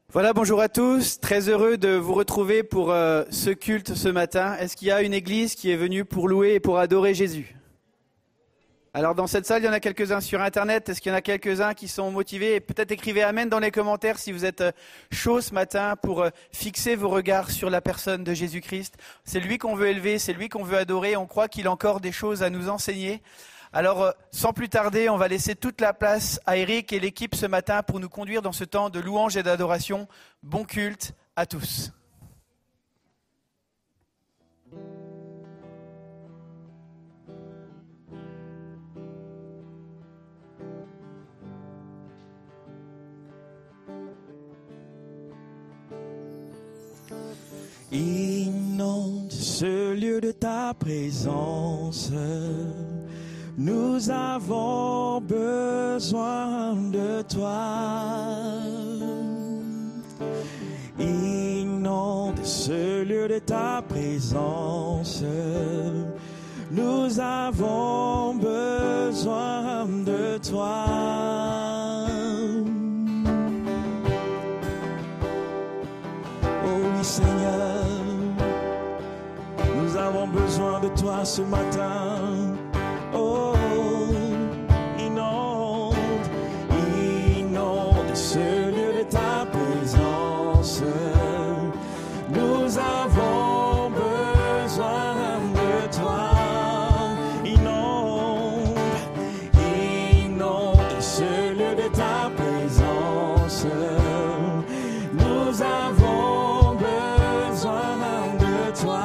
Voilà, bonjour à tous. Très heureux de vous retrouver pour ce culte ce matin. Est-ce qu'il y a une église qui est venue pour louer et pour adorer Jésus? Alors dans cette salle, il y en a quelques-uns sur Internet. Est-ce qu'il y en a quelques-uns qui sont motivés? Et peut-être écrivez Amen dans les commentaires si vous êtes chaud ce matin pour fixer vos regards sur la personne de Jésus-Christ. C'est lui qu'on veut élever, c'est lui qu'on veut adorer. On croit qu'il a encore des choses à nous enseigner. Alors, sans plus tarder, on va laisser toute la place à Eric et l'équipe ce matin pour nous conduire dans ce temps de louange et d'adoration. Bon culte à tous. Inonde ce lieu de ta présence. Nous avons besoin de toi. Inonde ce lieu de ta présence. Nous avons besoin de toi. Oh oui Seigneur, nous avons besoin de toi ce matin. Oh, inonde ce lieu de ta présence. Nous avons besoin de toi. Inonde ce lieu de ta présence. Nous avons besoin de toi.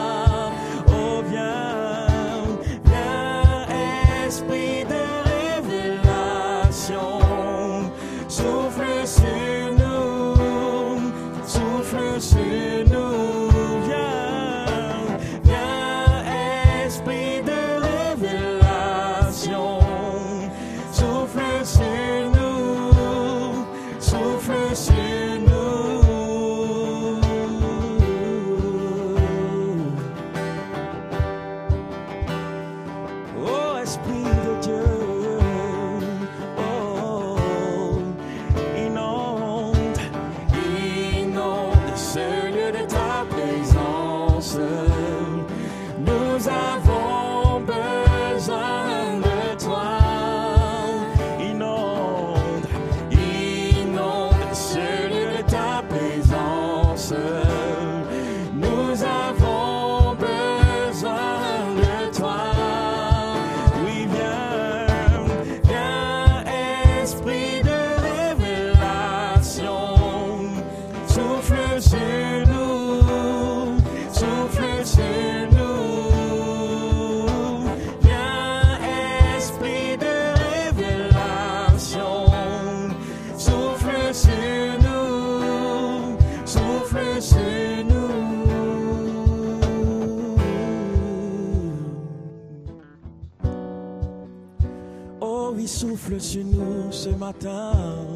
Souffle sur nous ce matin.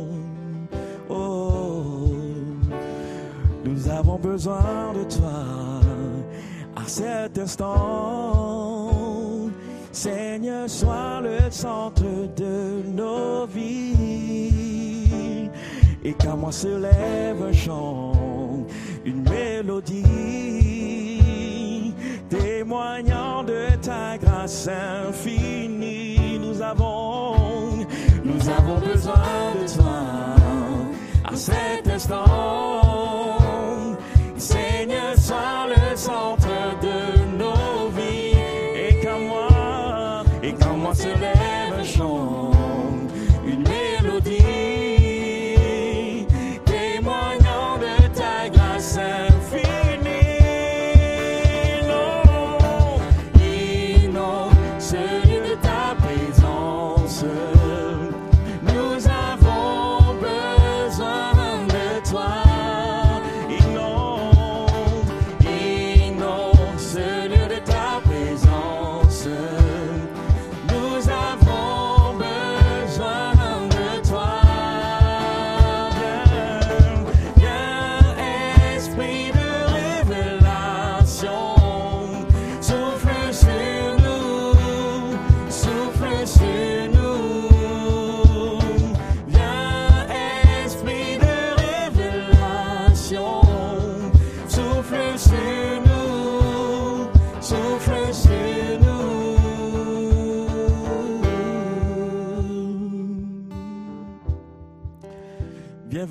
Oh, nous avons besoin de toi à cet instant. Seigneur, sois le centre de nos vies. Et qu'à moi se lève un chant, une mélodie, témoignant de ta grâce infinie. Nous avons besoin de toi à cet instant. Seigneur, sois le centre de nos vies. Et qu'en moi se lève un chant, une mélodie, témoignant de ta grâce infinie. Inonde ce lieu de ta présence. Nous avons besoin de toi.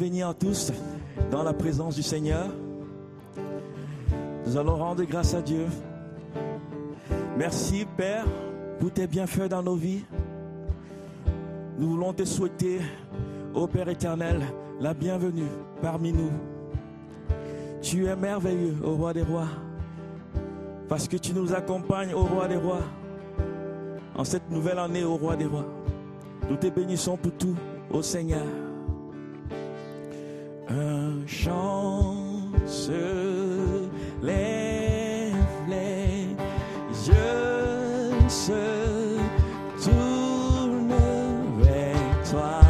venir tous dans la présence du Seigneur. Nous allons rendre grâce à Dieu. Merci Père pour tes bienfaits dans nos vies. Nous voulons te souhaiter, ô Père éternel, la bienvenue parmi nous. Tu es merveilleux, ô Roi des rois, parce que tu nous accompagnes, ô Roi des rois, en cette nouvelle année, ô Roi des rois. Nous te bénissons pour tout, ô Seigneur. Un chant se lève, les yeux se tournent vers toi,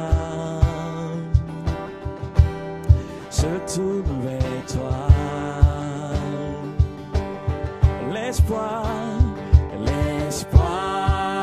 se tournent vers toi. L'espoir, l'espoir.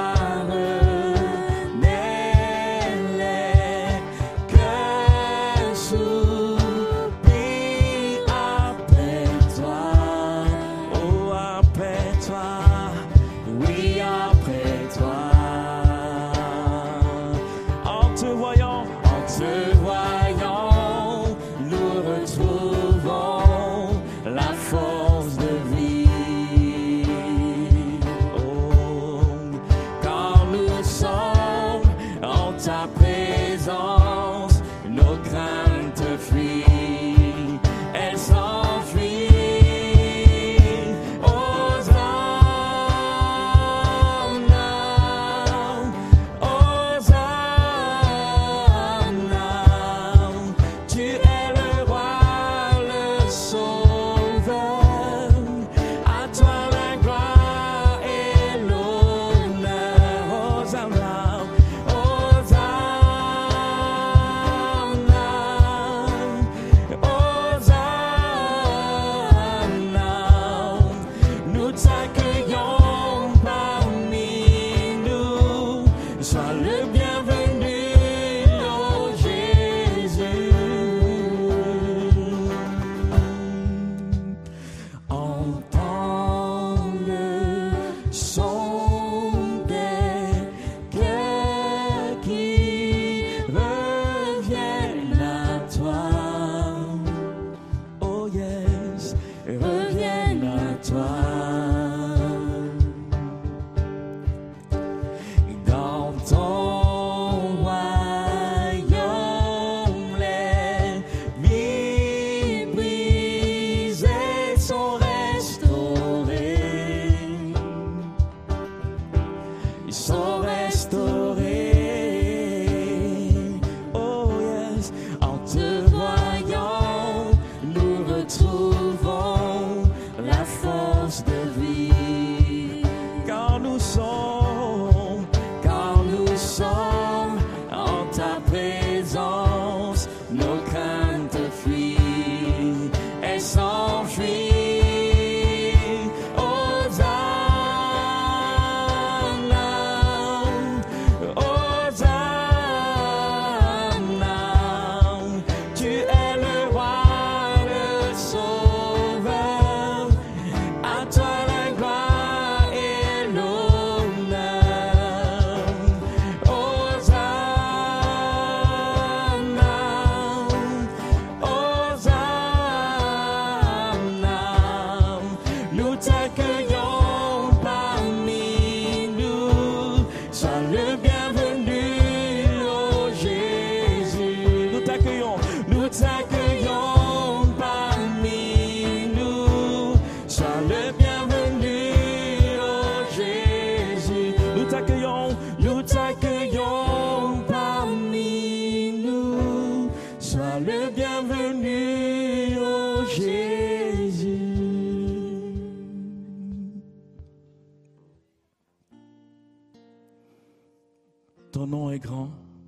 Ton nom est grand,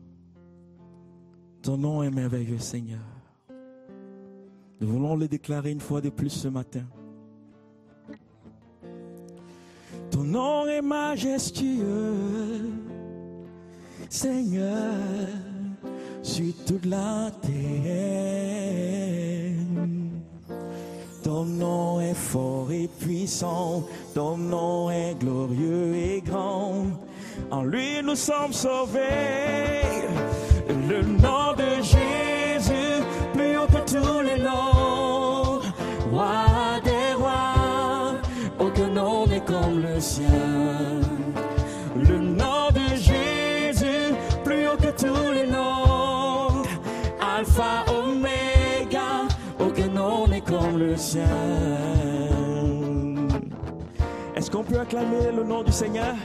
ton nom est merveilleux, Seigneur. Nous voulons le déclarer une fois de plus ce matin. Ton nom est majestueux, Seigneur, sur toute la terre. Ton nom est fort et puissant, ton nom est glorieux et grand. En lui nous sommes sauvés, Le nom de Jésus, plus haut que tous les noms. Roi des rois, aucun nom n'est comme le sien. Le nom de Jésus, plus haut que tous les noms. Alpha, Oméga, aucun nom n'est comme le sien. Est-ce qu'on peut acclamer le nom du Seigneur?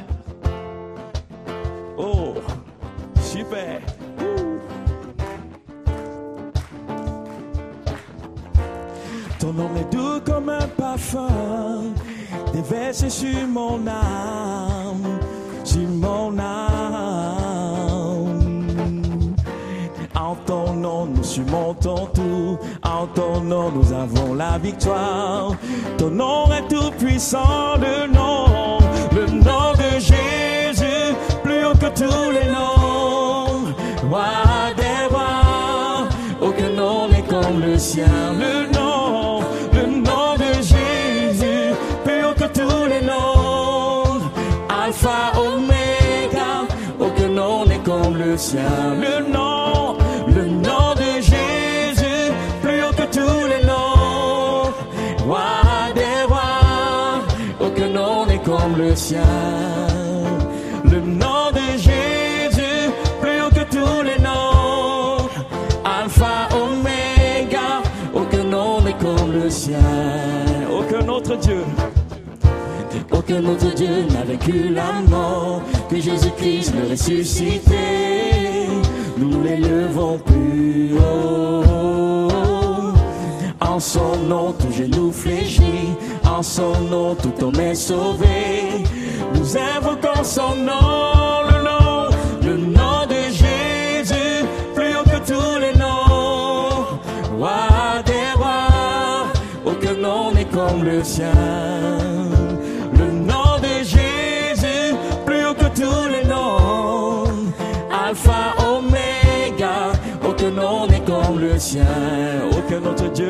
Oh, super. Ton nom est doux comme un parfum, déversé sur mon âme, sur mon âme. En ton nom, nous surmontons tout. En ton nom, nous avons la victoire. Ton nom est tout puissant, le nom de Jésus, plus haut que tous les noms. Roi des rois, aucun nom n'est comme le sien. Le nom de Jésus, plus haut que tous les noms. Alpha, Oméga, aucun nom n'est comme le sien. Le nom de Jésus, plus haut que tous les noms. Roi des rois, aucun nom n'est comme le sien. Le nom de Jésus, plus haut que tous les noms. Alpha, Oméga, aucun nom n'est comme le sien. Aucun autre Dieu n'a vaincu la mort, que Jésus-Christ le ressuscité. Nous l'élevons plus haut. En son nom, tout genou fléchit. En son nom, tout homme est sauvé. Nous invoquons son nom, le nom de Jésus, plus haut que tous les noms. Roi des rois, aucun nom n'est comme le sien. Le nom de Jésus, plus haut que tous les noms. Alpha, Oméga, aucun nom n'est comme le sien. Aucun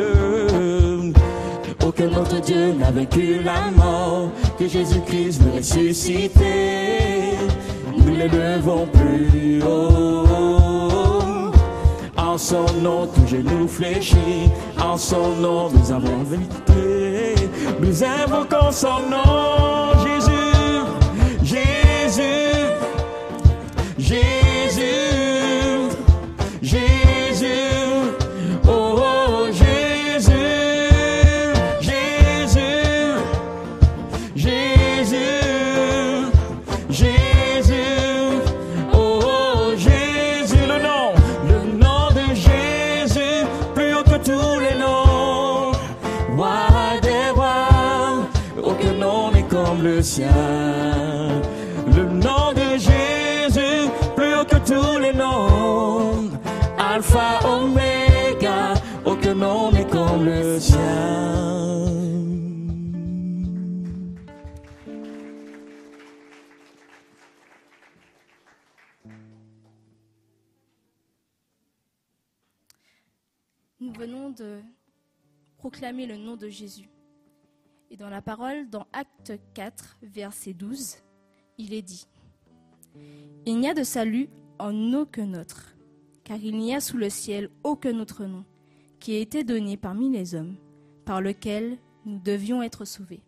autre Dieu n'a vaincu la mort, que Jésus-Christ le ressuscité. Nous l'élevons plus haut. En son nom, tout genou fléchit. En son nom, nous avons victoire. Nous invoquons son nom, Jésus, Jésus, Jésus, Jésus, oh Jésus, Jésus, Jésus, Jésus, oh Jésus, le nom de Jésus, plus haut que tous les noms. Roi des rois, aucun nom n'est comme le sien. Le nom de Jésus, plus haut que tous les noms. Alpha, Oméga, aucun nom n'est comme le sien. Nous venons de proclamer le nom de Jésus. Et dans la parole, dans Acte 4, verset 12, il est dit: il n'y a de salut en aucun autre, car il n'y a sous le ciel aucun autre nom qui ait été donné parmi les hommes, par lequel nous devions être sauvés.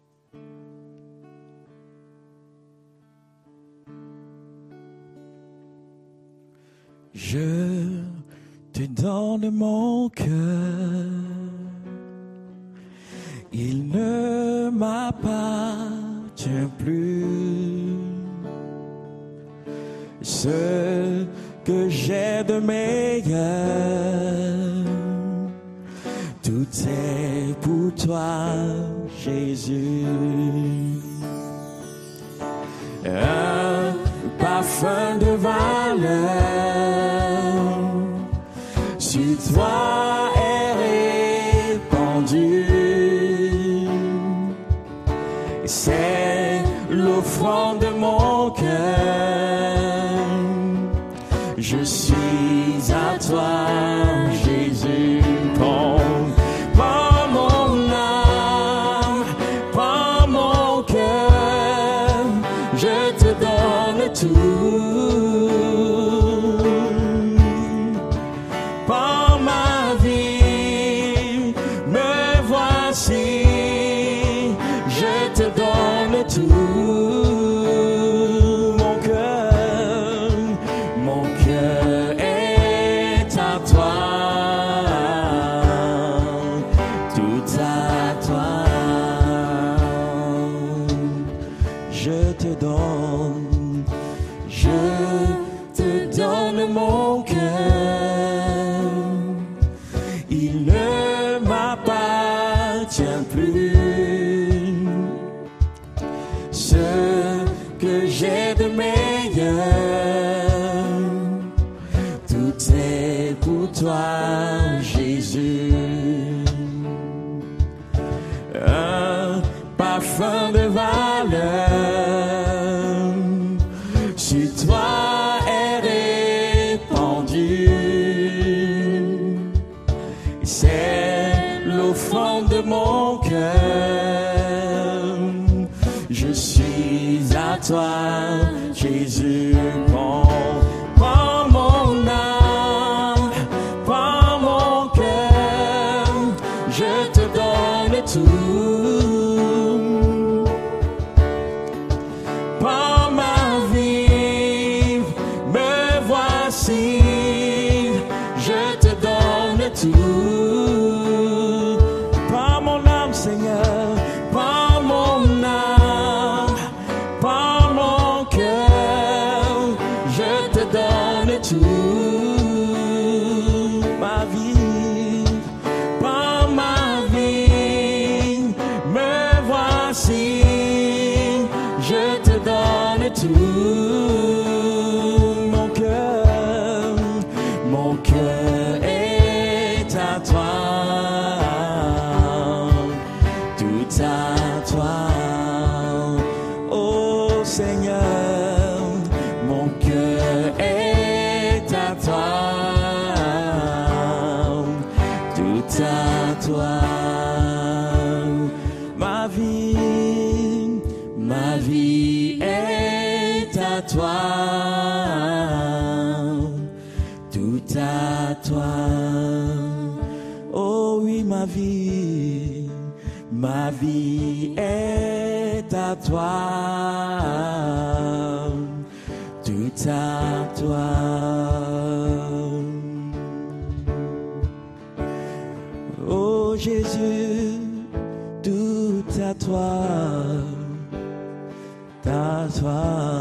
Je te donne mon cœur, il ne m'appartient plus. Ce que j'ai de meilleur, tout est pour toi, Jésus. Un parfum de valeur sur toi est répandu. C'est l'offrande de mon cœur. Je suis à toi, Jésus. Prends mon âme, prends mon cœur. Je te donne tout. je te donne mon cœur. Il ne m'appartient plus. Ce que j'ai de meilleur, tout est pour toi, Jésus. Un parfum de valeur sur toi est répandu. C'est l'offrande de mon cœur. Je suis à toi, Jésus. Prends mon âme, prends mon cœur. Je te donne tout. Prends ma vie, me voici. Je te donne tout. Prends mon âme, Seigneur. Prends mon âme, prends mon cœur. Je te donne tout. Ma vie, prends ma vie, me voici. Je te donne tout. Mon cœur est à toi. Tout à toi. Oh Seigneur, mon cœur est à toi. Tout à toi. Ma vie est à toi. Tout à toi. Oh oui, ma vie est à toi. Tout à toi. Oh Jésus, tout à toi. À toi.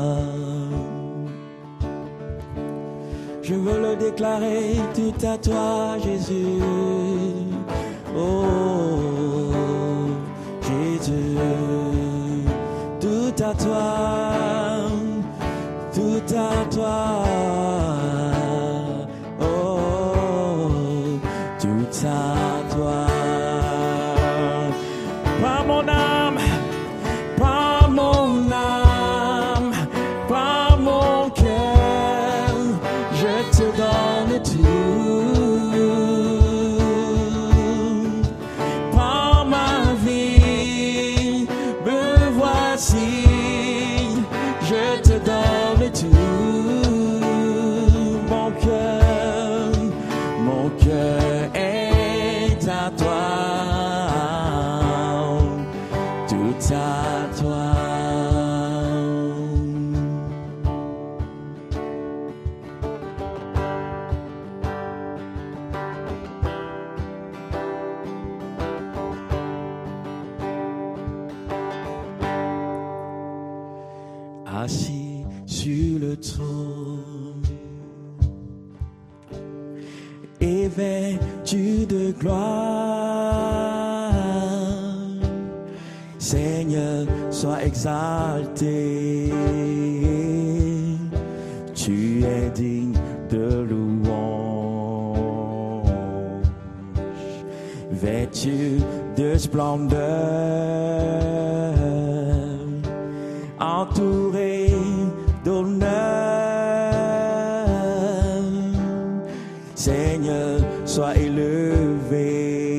Je veux le déclarer, tout à toi, Jésus. Oh, Jésus, tout à toi, tout à toi. Oh, tout à toi. Pas mon âme, pas mon âme, pas mon cœur, je te donne tout. Pas ma vie, me voici, je te donne tout. Mon cœur est à toi. Tout à toi. Assis sur le trône et vêtu de gloire, Seigneur, sois exalté. Tu es digne de louange, vêtu de splendeur, entouré d'honneur. Seigneur, sois élevé.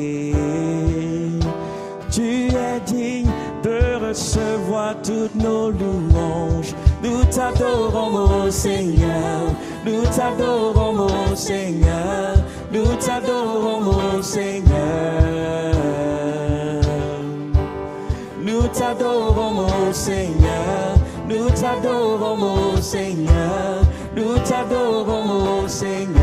Tu es digne de recevoir toutes nos louanges. Nous t'adorons, mon Seigneur. Nous t'adorons, mon Seigneur. Nous t'adorons, mon Seigneur. Nous t'adorons, mon Seigneur. Nous t'adorons, mon Seigneur. Nous t'adorons, mon Seigneur.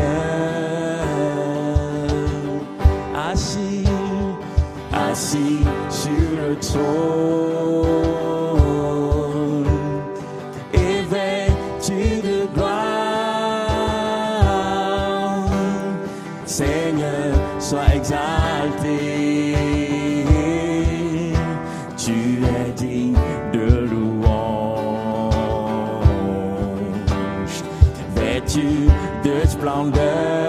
Assis sur le trône de louange. Vêtu de splendeur,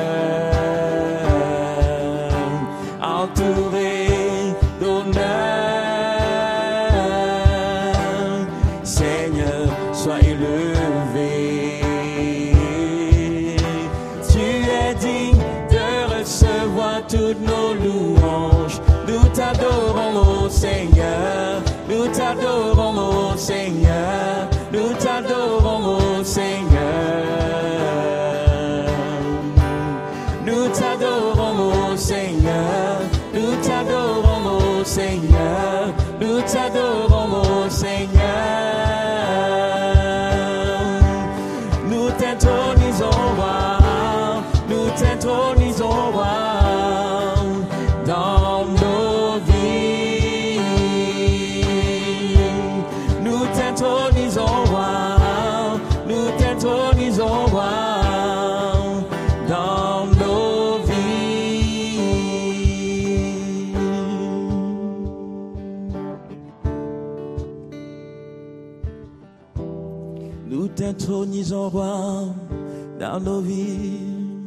entouré d'honneur, Seigneur, sois élevé. Tu es digne de recevoir toutes nos louanges. Nous t'adorons, ô Seigneur. Nous t'adorons, ô Seigneur. Nous t'adorons, ô Seigneur. Nous t'adorons, ô Seigneur. Nous t'adorons, ô Seigneur. Nous t'adorons, ô Seigneur. Nous t'intronisons, roi. Nous t'intronisons, roi. Dans nos vies, nous t'intronisons, roi. Nous t'intronisons, roi. Dans nos vies. Nous t'intronisons, roi. Dans nos vies.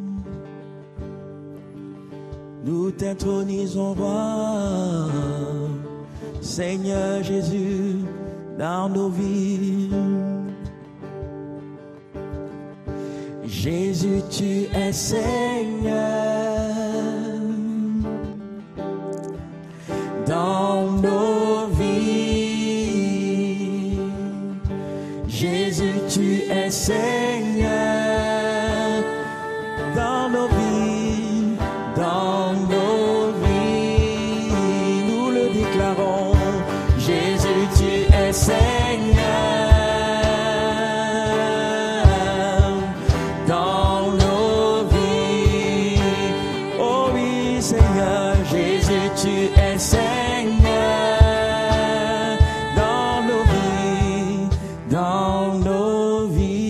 Nous t'intronisons, roi, Seigneur Jésus, dans nos vies. Jésus, tu es Seigneur dans nos vies. Jésus, tu es Seigneur dans nos vies, dans nos vies. Nous le déclarons, Jésus, tu es Seigneur dans nos vies. Oh oui, Seigneur, Jésus, tu es Seigneur dans nos vies, dans nos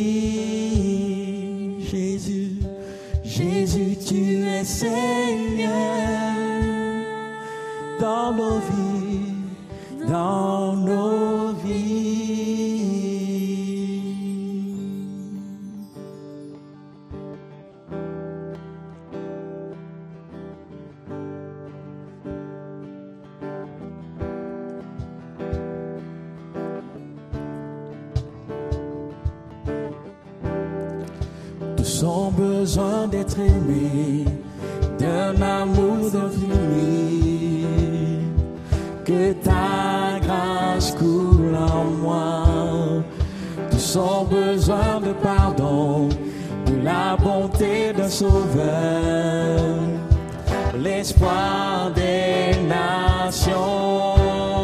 vies. Jésus, Jésus, tu es Seigneur dans nos vies, dans nos vies. Tous ont besoin d'être aimés d'un amour infini. Que ta grâce coule en moi. Tous ont besoin de pardon, de la bonté d'un sauveur, l'espoir des nations.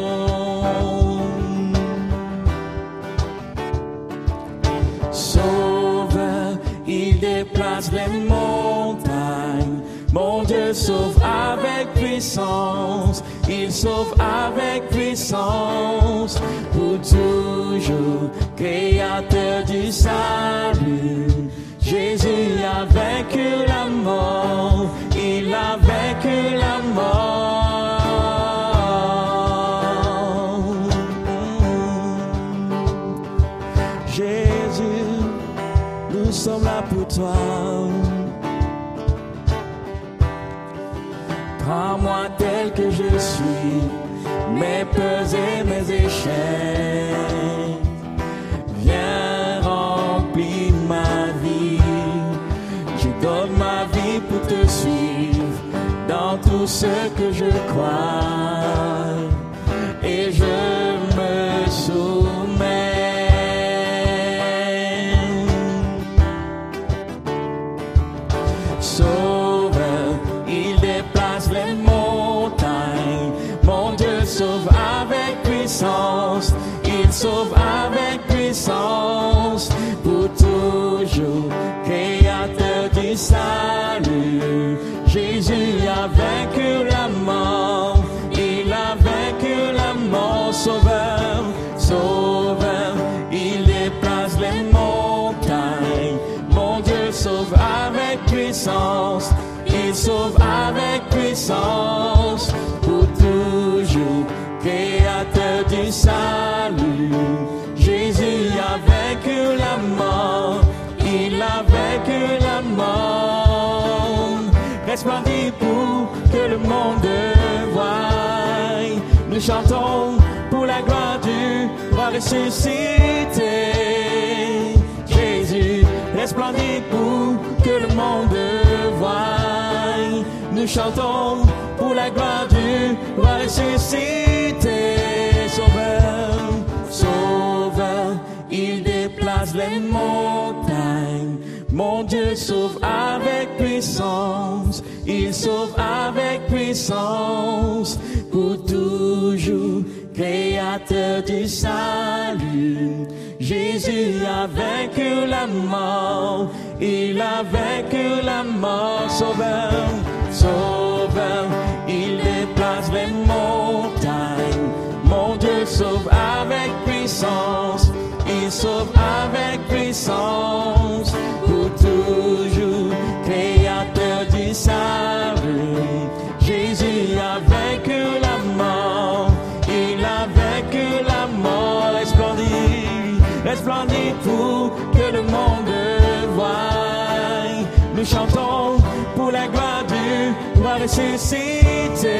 Sauveur, il déplace les montagnes. Mon Dieu sauve avec puissance. Il sauve avec puissance pour toujours, créateur du salut. Jésus a vaincu la mort, il a vaincu la mort. Jésus, nous sommes là pour toi. Prends-moi tel que je suis, mes peurs et mes échecs. Viens remplir ma vie. Je donne ma vie pour te suivre dans tout ce que je crois. Et je me soumets. Sauveur, il déplace les montagnes. Mon Dieu sauve avec puissance. Il sauve avec puissance pour toujours, créateur du salut. Jésus a vaincu la mort. Il a vaincu la mort. Sauveur, sauveur, il déplace les montagnes. Mon Dieu sauve avec puissance. Il sauve avec puissance pour toujours, créateur du salut. salut. Jésus a vaincu la mort, il a vaincu la mort. Resplendit pour que le monde voie. Nous chantons pour la gloire du roi ressuscité. Jésus resplendit pour que le monde voie. Nous chantons pour la gloire du roi ressuscité. Sauveur, Sauveur, il déplace les montagnes. Mon Dieu sauve avec puissance, il sauve avec puissance, pour toujours, créateur du salut. Jésus a vaincu la mort, il a vaincu la mort. Sauveur, Sauveur, il déplace les montagnes. Mon Dieu sauve avec puissance, il sauve avec puissance, pour toujours, créateur du salut. Jésus a vaincu la mort, il a vaincu la mort. Resplendit pour que le monde voie. Nous chantons pour la gloire du roi ressuscité.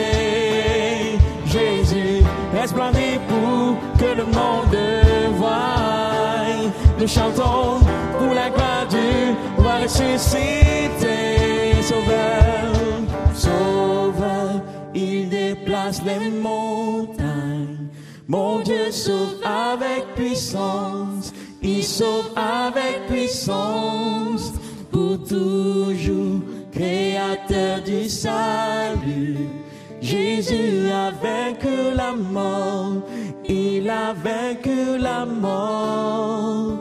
Jésus resplendit pour que le monde voie. Nous chantons pour la gloire du roi ressuscité. Sauveur, Sauveur, il déplace les montagnes. Mon Dieu sauve avec puissance, il sauve avec puissance, pour toujours, créateur du salut. Jésus a vaincu la mort, il a vaincu la mort.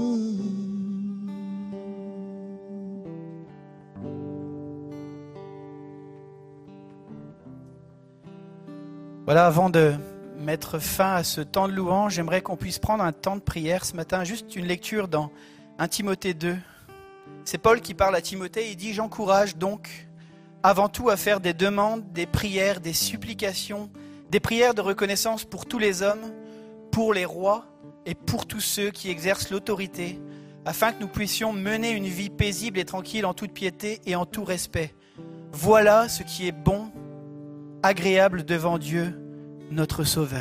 Voilà, avant de mettre fin à ce temps de louange, j'aimerais qu'on puisse prendre un temps de prière ce matin, juste une lecture dans 1 Timothée 2. C'est Paul qui parle à Timothée, il dit « J'encourage donc avant tout à faire des demandes, des prières, des supplications, des prières de reconnaissance pour tous les hommes, pour les rois et pour tous ceux qui exercent l'autorité, afin que nous puissions mener une vie paisible et tranquille en toute piété et en tout respect. Voilà ce qui est bon, agréable devant Dieu, notre Sauveur. »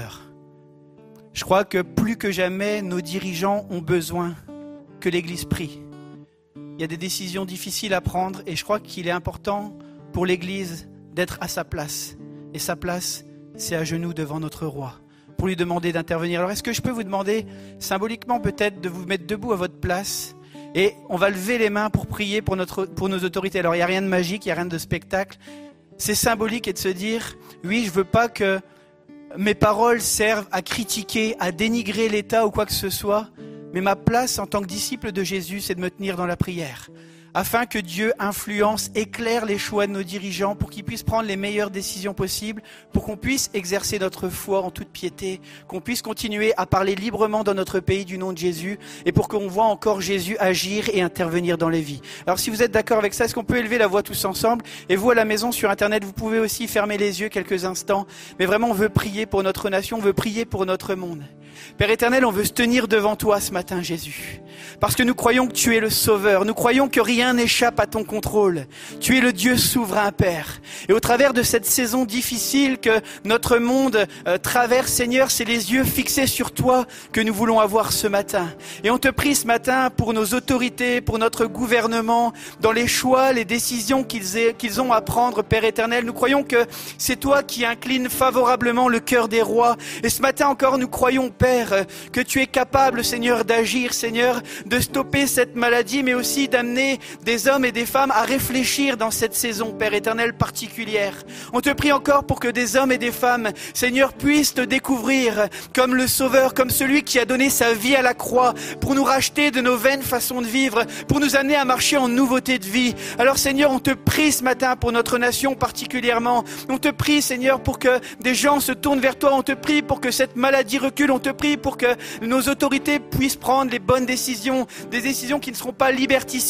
Je crois que plus que jamais, nos dirigeants ont besoin que l'Église prie. Il y a des décisions difficiles à prendre et je crois qu'il est important pour l'Église d'être à sa place. Et sa place, c'est à genoux devant notre roi, pour lui demander d'intervenir. Alors est-ce que je peux vous demander, symboliquement peut-être, de vous mettre debout à votre place et on va lever les mains pour prier pour nos autorités. Alors il n'y a rien de magique, il n'y a rien de spectacle. C'est symbolique et de se dire, oui, je ne veux pas que mes paroles servent à critiquer, à dénigrer l'État ou quoi que ce soit, mais ma place en tant que disciple de Jésus, c'est de me tenir dans la prière, afin que Dieu influence, éclaire les choix de nos dirigeants pour qu'ils puissent prendre les meilleures décisions possibles, pour qu'on puisse exercer notre foi en toute piété, qu'on puisse continuer à parler librement dans notre pays du nom de Jésus et pour qu'on voit encore Jésus agir et intervenir dans les vies. Alors si vous êtes d'accord avec ça, est-ce qu'on peut élever la voix tous ensemble? Et vous à la maison sur Internet, vous pouvez aussi fermer les yeux quelques instants. Mais vraiment, on veut prier pour notre nation, on veut prier pour notre monde. Père éternel, on veut se tenir devant toi ce matin, Jésus, parce que nous croyons que tu es le Sauveur, nous croyons que rien n'échappe à ton contrôle. Tu es le Dieu souverain, Père. Et au travers de cette saison difficile que notre monde traverse, Seigneur, c'est les yeux fixés sur toi que nous voulons avoir ce matin. Et on te prie ce matin pour nos autorités, pour notre gouvernement, dans les choix, les décisions qu'ils ont à prendre, Père éternel. Nous croyons que c'est toi qui inclines favorablement le cœur des rois. Et ce matin encore, nous croyons, Père, que tu es capable, Seigneur, d'agir, Seigneur, de stopper cette maladie, mais aussi d'amener des hommes et des femmes à réfléchir dans cette saison, Père éternel, particulière. On te prie encore pour que des hommes et des femmes, Seigneur, puissent te découvrir comme le Sauveur, comme celui qui a donné sa vie à la croix pour nous racheter de nos vaines façons de vivre, pour nous amener à marcher en nouveauté de vie. Alors, Seigneur, on te prie ce matin pour notre nation particulièrement. On te prie, Seigneur, pour que des gens se tournent vers toi. On te prie pour que cette maladie recule. On te prie pour que nos autorités puissent prendre les bonnes décisions, des décisions qui ne seront pas liberticides,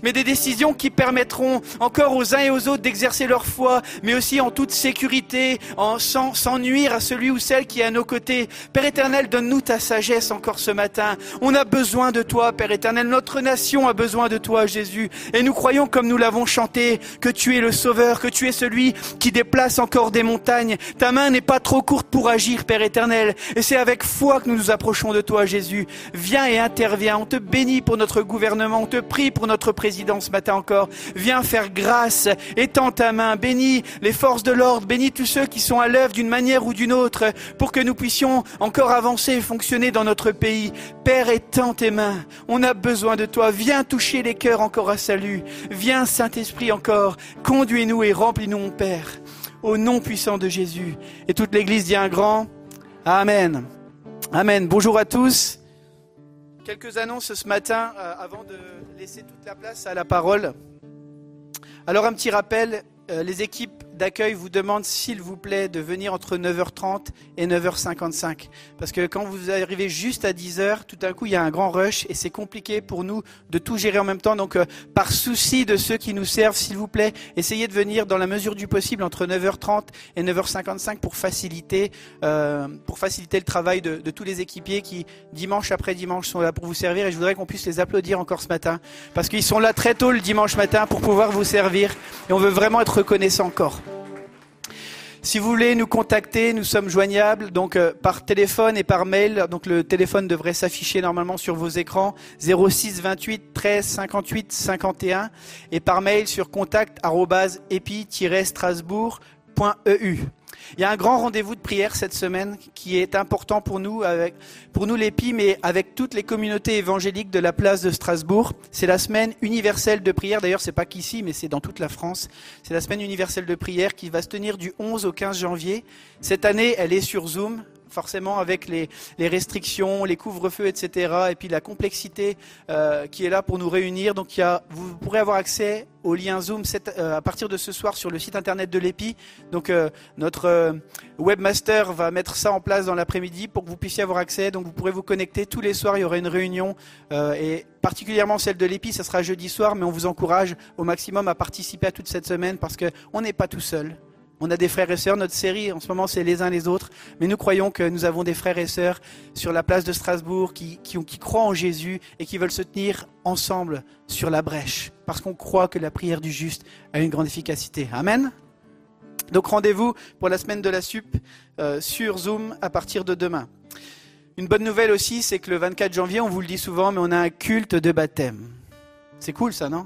mais des décisions qui permettront encore aux uns et aux autres d'exercer leur foi, mais aussi en toute sécurité, sans nuire à celui ou celle qui est à nos côtés. Père éternel, donne-nous ta sagesse encore ce matin. On a besoin de toi, Père éternel. Notre nation a besoin de toi, Jésus. Et nous croyons, comme nous l'avons chanté, que tu es le Sauveur, que tu es celui qui déplace encore des montagnes. Ta main n'est pas trop courte pour agir, Père éternel. Et c'est avec foi que nous nous approchons de toi, Jésus. Viens et interviens. On te bénit pour notre gouvernement. On te prie pour notre président ce matin encore. Viens faire grâce. Étends ta main. Bénis les forces de l'ordre. Bénis tous ceux qui sont à l'œuvre d'une manière ou d'une autre pour que nous puissions encore avancer et fonctionner dans notre pays. Père, étends tes mains. On a besoin de toi. Viens toucher les cœurs encore à salut. Viens, Saint-Esprit, encore. Conduis-nous et remplis-nous, mon Père. Au nom puissant de Jésus. Et toute l'Église dit un grand Amen. Amen. Bonjour à tous. Quelques annonces ce matin avant de laisser toute la place à la parole. Alors un petit rappel, les équipes d'accueil vous demandent s'il vous plaît de venir entre 9h30 et 9h55. Parce que quand vous arrivez juste à 10h, tout d'un coup il y a un grand rush et c'est compliqué pour nous de tout gérer en même temps. Donc par souci de ceux qui nous servent, s'il vous plaît, essayez de venir dans la mesure du possible entre 9h30 et 9h55 pour faciliter le travail de tous les équipiers qui dimanche après dimanche sont là pour vous servir. Et je voudrais qu'on puisse les applaudir encore ce matin parce qu'ils sont là très tôt le dimanche matin pour pouvoir vous servir et on veut vraiment être reconnaissant encore. Si vous voulez nous contacter, nous sommes joignables donc par téléphone et par mail. Donc le téléphone devrait s'afficher normalement sur vos écrans 06 28 13 58 51 et par mail sur contact@epi-strasbourg.eu. Il y a un grand rendez-vous de prière cette semaine qui est important pour nous l'EPI, mais avec toutes les communautés évangéliques de la place de Strasbourg. C'est la semaine universelle de prière. D'ailleurs, c'est pas qu'ici, mais c'est dans toute la France. C'est la semaine universelle de prière qui va se tenir du 11 au 15 janvier. Cette année, elle est sur Zoom. Forcément avec les restrictions, les couvre-feux, etc. Et puis la complexité qui est là pour nous réunir. Donc vous pourrez avoir accès au lien Zoom à partir de ce soir sur le site internet de l'EPI. Donc notre webmaster va mettre ça en place dans l'après-midi pour que vous puissiez avoir accès. Donc vous pourrez vous connecter tous les soirs. Il y aura une réunion et particulièrement celle de l'EPI, ça sera jeudi soir. Mais on vous encourage au maximum à participer à toute cette semaine parce qu'on n'est pas tout seul. On a des frères et sœurs, notre série en ce moment c'est les uns les autres, mais nous croyons que nous avons des frères et sœurs sur la place de Strasbourg qui croient en Jésus et qui veulent se tenir ensemble sur la brèche, parce qu'on croit que la prière du juste a une grande efficacité. Amen. Donc rendez-vous pour la semaine de la SUP sur Zoom à partir de demain. Une bonne nouvelle aussi, c'est que le 24 janvier, on vous le dit souvent, mais on a un culte de baptême. C'est cool ça, non ?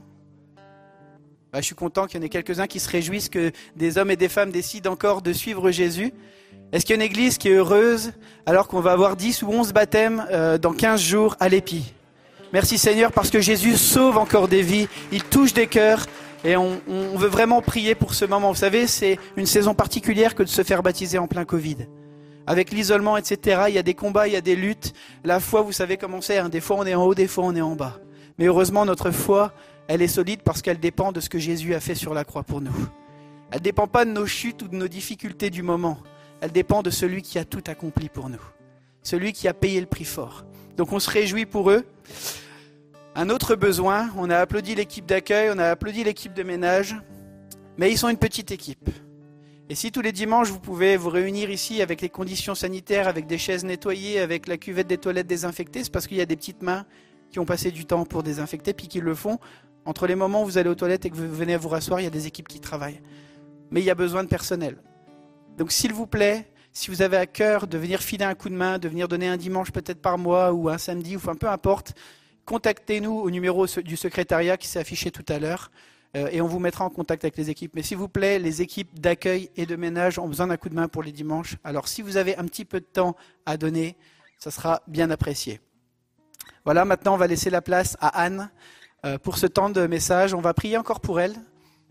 Je suis content qu'il y en ait quelques-uns qui se réjouissent que des hommes et des femmes décident encore de suivre Jésus. Est-ce qu'il y a une église qui est heureuse alors qu'on va avoir 10 ou 11 baptêmes dans 15 jours à l'EPI ? Merci Seigneur parce que Jésus sauve encore des vies, il touche des cœurs et on veut vraiment prier pour ce moment. Vous savez, c'est une saison particulière que de se faire baptiser en plein Covid. Avec l'isolement, etc., il y a des combats, il y a des luttes. La foi, vous savez comment c'est, hein. Des fois on est en haut, des fois on est en bas. Mais heureusement, notre foi, elle est solide parce qu'elle dépend de ce que Jésus a fait sur la croix pour nous. Elle ne dépend pas de nos chutes ou de nos difficultés du moment. Elle dépend de celui qui a tout accompli pour nous. Celui qui a payé le prix fort. Donc on se réjouit pour eux. Un autre besoin, on a applaudi l'équipe d'accueil, on a applaudi l'équipe de ménage, mais ils sont une petite équipe. Et si tous les dimanches vous pouvez vous réunir ici avec les conditions sanitaires, avec des chaises nettoyées, avec la cuvette des toilettes désinfectée, c'est parce qu'il y a des petites mains qui ont passé du temps pour désinfecter, puis qui le font. Entre les moments où vous allez aux toilettes et que vous venez vous rasseoir, il y a des équipes qui travaillent. Mais il y a besoin de personnel. Donc s'il vous plaît, si vous avez à cœur de venir filer un coup de main, de venir donner un dimanche peut-être par mois ou un samedi, ou enfin peu importe, contactez-nous au numéro du secrétariat qui s'est affiché tout à l'heure et on vous mettra en contact avec les équipes. Mais s'il vous plaît, les équipes d'accueil et de ménage ont besoin d'un coup de main pour les dimanches. Alors si vous avez un petit peu de temps à donner, ça sera bien apprécié. Voilà, maintenant on va laisser la place à Anne. Pour ce temps de message, on va prier encore pour elle.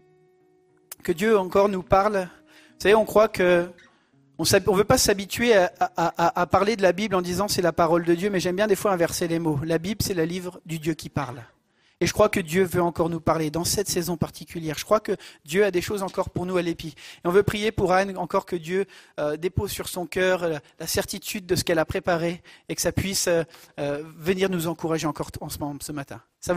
Que Dieu encore nous parle. Vous savez, on croit que on ne veut pas s'habituer à parler de la Bible en disant c'est la parole de Dieu, mais j'aime bien des fois inverser les mots. La Bible, c'est le livre du Dieu qui parle. Et je crois que Dieu veut encore nous parler dans cette saison particulière. Je crois que Dieu a des choses encore pour nous à l'EPI. Et on veut prier pour Anne, encore que Dieu dépose sur son cœur la certitude de ce qu'elle a préparé et que ça puisse venir nous encourager encore en ce matin. Ça vous va ?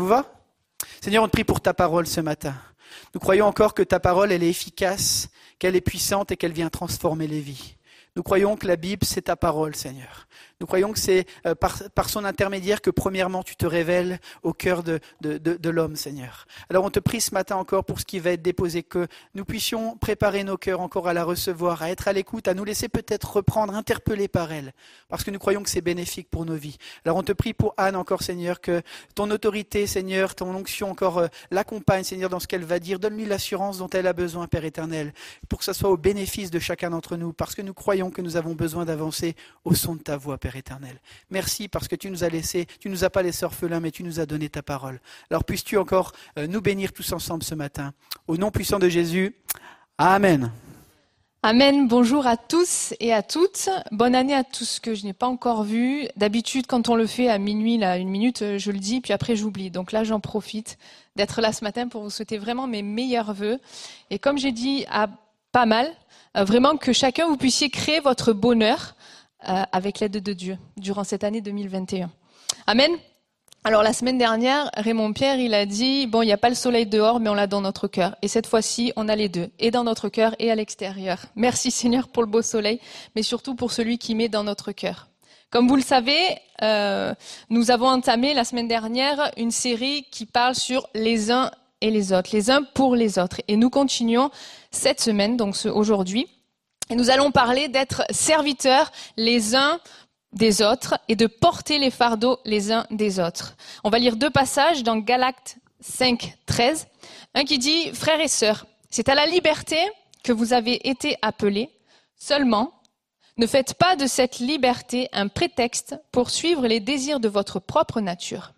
Seigneur, on te prie pour ta parole ce matin. Nous croyons encore que ta parole, elle est efficace, qu'elle est puissante et qu'elle vient transformer les vies. Nous croyons que la Bible, c'est ta parole, Seigneur. Nous croyons que c'est par son intermédiaire que premièrement tu te révèles au cœur de l'homme, Seigneur. Alors on te prie ce matin encore pour ce qui va être déposé, que nous puissions préparer nos cœurs encore à la recevoir, à être à l'écoute, à nous laisser peut-être reprendre, interpeller par elle, parce que nous croyons que c'est bénéfique pour nos vies. Alors on te prie pour Anne encore, Seigneur, que ton autorité, Seigneur, ton onction encore l'accompagne, Seigneur, dans ce qu'elle va dire. Donne-lui l'assurance dont elle a besoin, Père éternel, pour que ça soit au bénéfice de chacun d'entre nous, parce que nous croyons que nous avons besoin d'avancer au son de ta voix, Père éternel. Merci parce que tu nous as pas laissé orphelins, mais tu nous as donné ta parole. Alors puisses-tu encore nous bénir tous ensemble ce matin. Au nom puissant de Jésus, Amen. Amen, bonjour à tous et à toutes. Bonne année à tous que je n'ai pas encore vus. D'habitude, quand on le fait à minuit, là, 1 minute, je le dis, puis après j'oublie. Donc là, j'en profite d'être là ce matin pour vous souhaiter vraiment mes meilleurs vœux. Et comme j'ai dit à pas mal, vraiment que chacun vous puissiez créer votre bonheur avec l'aide de Dieu durant cette année 2021. Amen. Alors la semaine dernière, Raymond Pierre, il a dit, bon, il n'y a pas le soleil dehors, mais on l'a dans notre cœur. Et cette fois-ci, on a les deux, et dans notre cœur et à l'extérieur. Merci Seigneur pour le beau soleil, mais surtout pour celui qui met dans notre cœur. Comme vous le savez, nous avons entamé la semaine dernière une série qui parle sur les uns et les autres, les uns pour les autres. Et nous continuons cette semaine, donc aujourd'hui. Et nous allons parler d'être serviteurs les uns des autres et de porter les fardeaux les uns des autres. On va lire 2 passages dans Galates 5, 13. Un qui dit « Frères et sœurs, c'est à la liberté que vous avez été appelés. Seulement, ne faites pas de cette liberté un prétexte pour suivre les désirs de votre propre nature.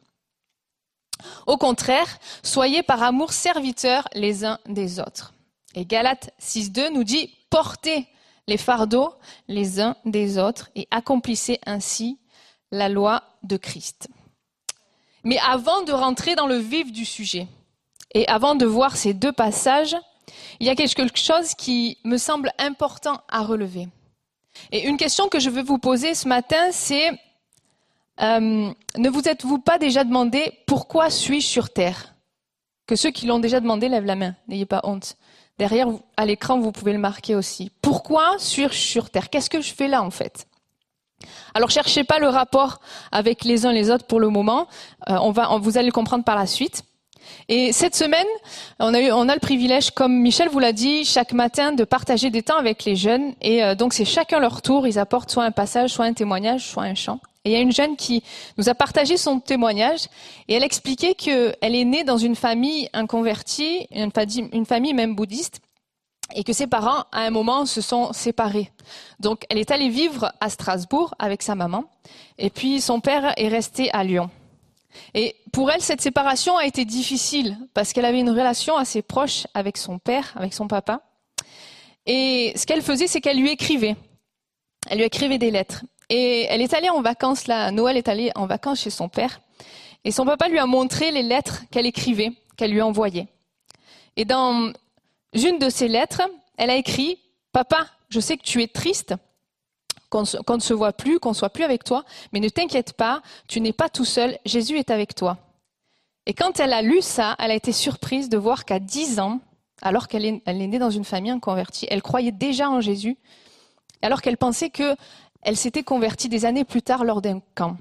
Au contraire, soyez par amour serviteurs les uns des autres. » Et Galates 6, 2 nous dit « Portez les fardeaux les uns des autres et accomplissez ainsi la loi de Christ. » Mais avant de rentrer dans le vif du sujet et avant de voir ces 2 passages, il y a quelque chose qui me semble important à relever. Et une question que je veux vous poser ce matin, c'est ne vous êtes-vous pas déjà demandé pourquoi suis-je sur terre? Que ceux qui l'ont déjà demandé lèvent la main, n'ayez pas honte. Derrière, à l'écran, vous pouvez le marquer aussi. Pourquoi suis-je sur terre? Qu'est-ce que je fais là, en fait? Alors, cherchez pas le rapport avec les uns les autres pour le moment. Vous allez le comprendre par la suite. Et cette semaine, on a le privilège, comme Michel vous l'a dit, chaque matin de partager des temps avec les jeunes. Et donc, c'est chacun leur tour. Ils apportent soit un passage, soit un témoignage, soit un chant. Et il y a une jeune qui nous a partagé son témoignage et elle expliquait qu'elle est née dans une famille inconvertie, une famille même bouddhiste, et que ses parents, à un moment, se sont séparés. Donc, elle est allée vivre à Strasbourg avec sa maman, et puis son père est resté à Lyon. Et pour elle, cette séparation a été difficile parce qu'elle avait une relation assez proche avec son père, avec son papa. Et ce qu'elle faisait, c'est qu'elle lui écrivait. Elle lui écrivait des lettres. Et elle est allée en vacances, là, Noël est allée en vacances chez son père. Et son papa lui a montré les lettres qu'elle écrivait, qu'elle lui envoyait. Et dans une de ces lettres, elle a écrit « Papa, je sais que tu es triste, qu'on ne se voit plus, qu'on ne soit plus avec toi, mais ne t'inquiète pas, tu n'es pas tout seul, Jésus est avec toi. » Et quand elle a lu ça, elle a été surprise de voir qu'à 10 ans, alors qu'elle est née dans une famille inconvertie, elle croyait déjà en Jésus, alors qu'elle pensait qu'elle s'était convertie des années plus tard lors d'un camp.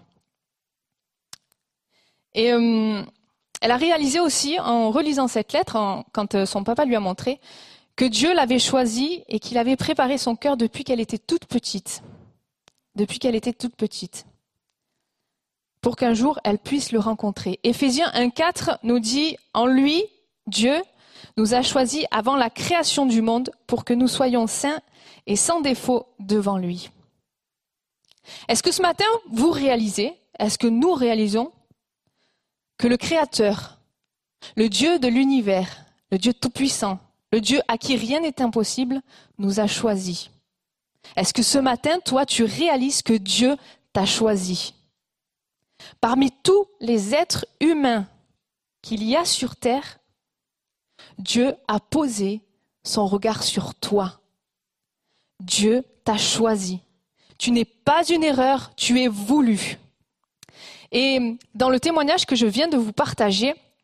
Et elle a réalisé aussi, en relisant cette lettre, quand son papa lui a montré, que Dieu l'avait choisie et qu'il avait préparé son cœur depuis qu'elle était toute petite. Depuis qu'elle était toute petite. Pour qu'un jour, elle puisse le rencontrer. Éphésiens 1,4 nous dit « En lui, Dieu, nous a choisis avant la création du monde pour que nous soyons saints et sans défaut devant lui. » Est-ce que ce matin, vous réalisez, est-ce que nous réalisons que le Créateur, le Dieu de l'univers, le Dieu tout-puissant, le Dieu à qui rien n'est impossible, nous a choisis? Est-ce que ce matin, toi, tu réalises que Dieu t'a choisi? Parmi tous les êtres humains qu'il y a sur terre, Dieu a posé son regard sur toi. Dieu t'a choisi. Tu n'es pas une erreur, tu es voulu. Et dans le témoignage que je viens de vous partager,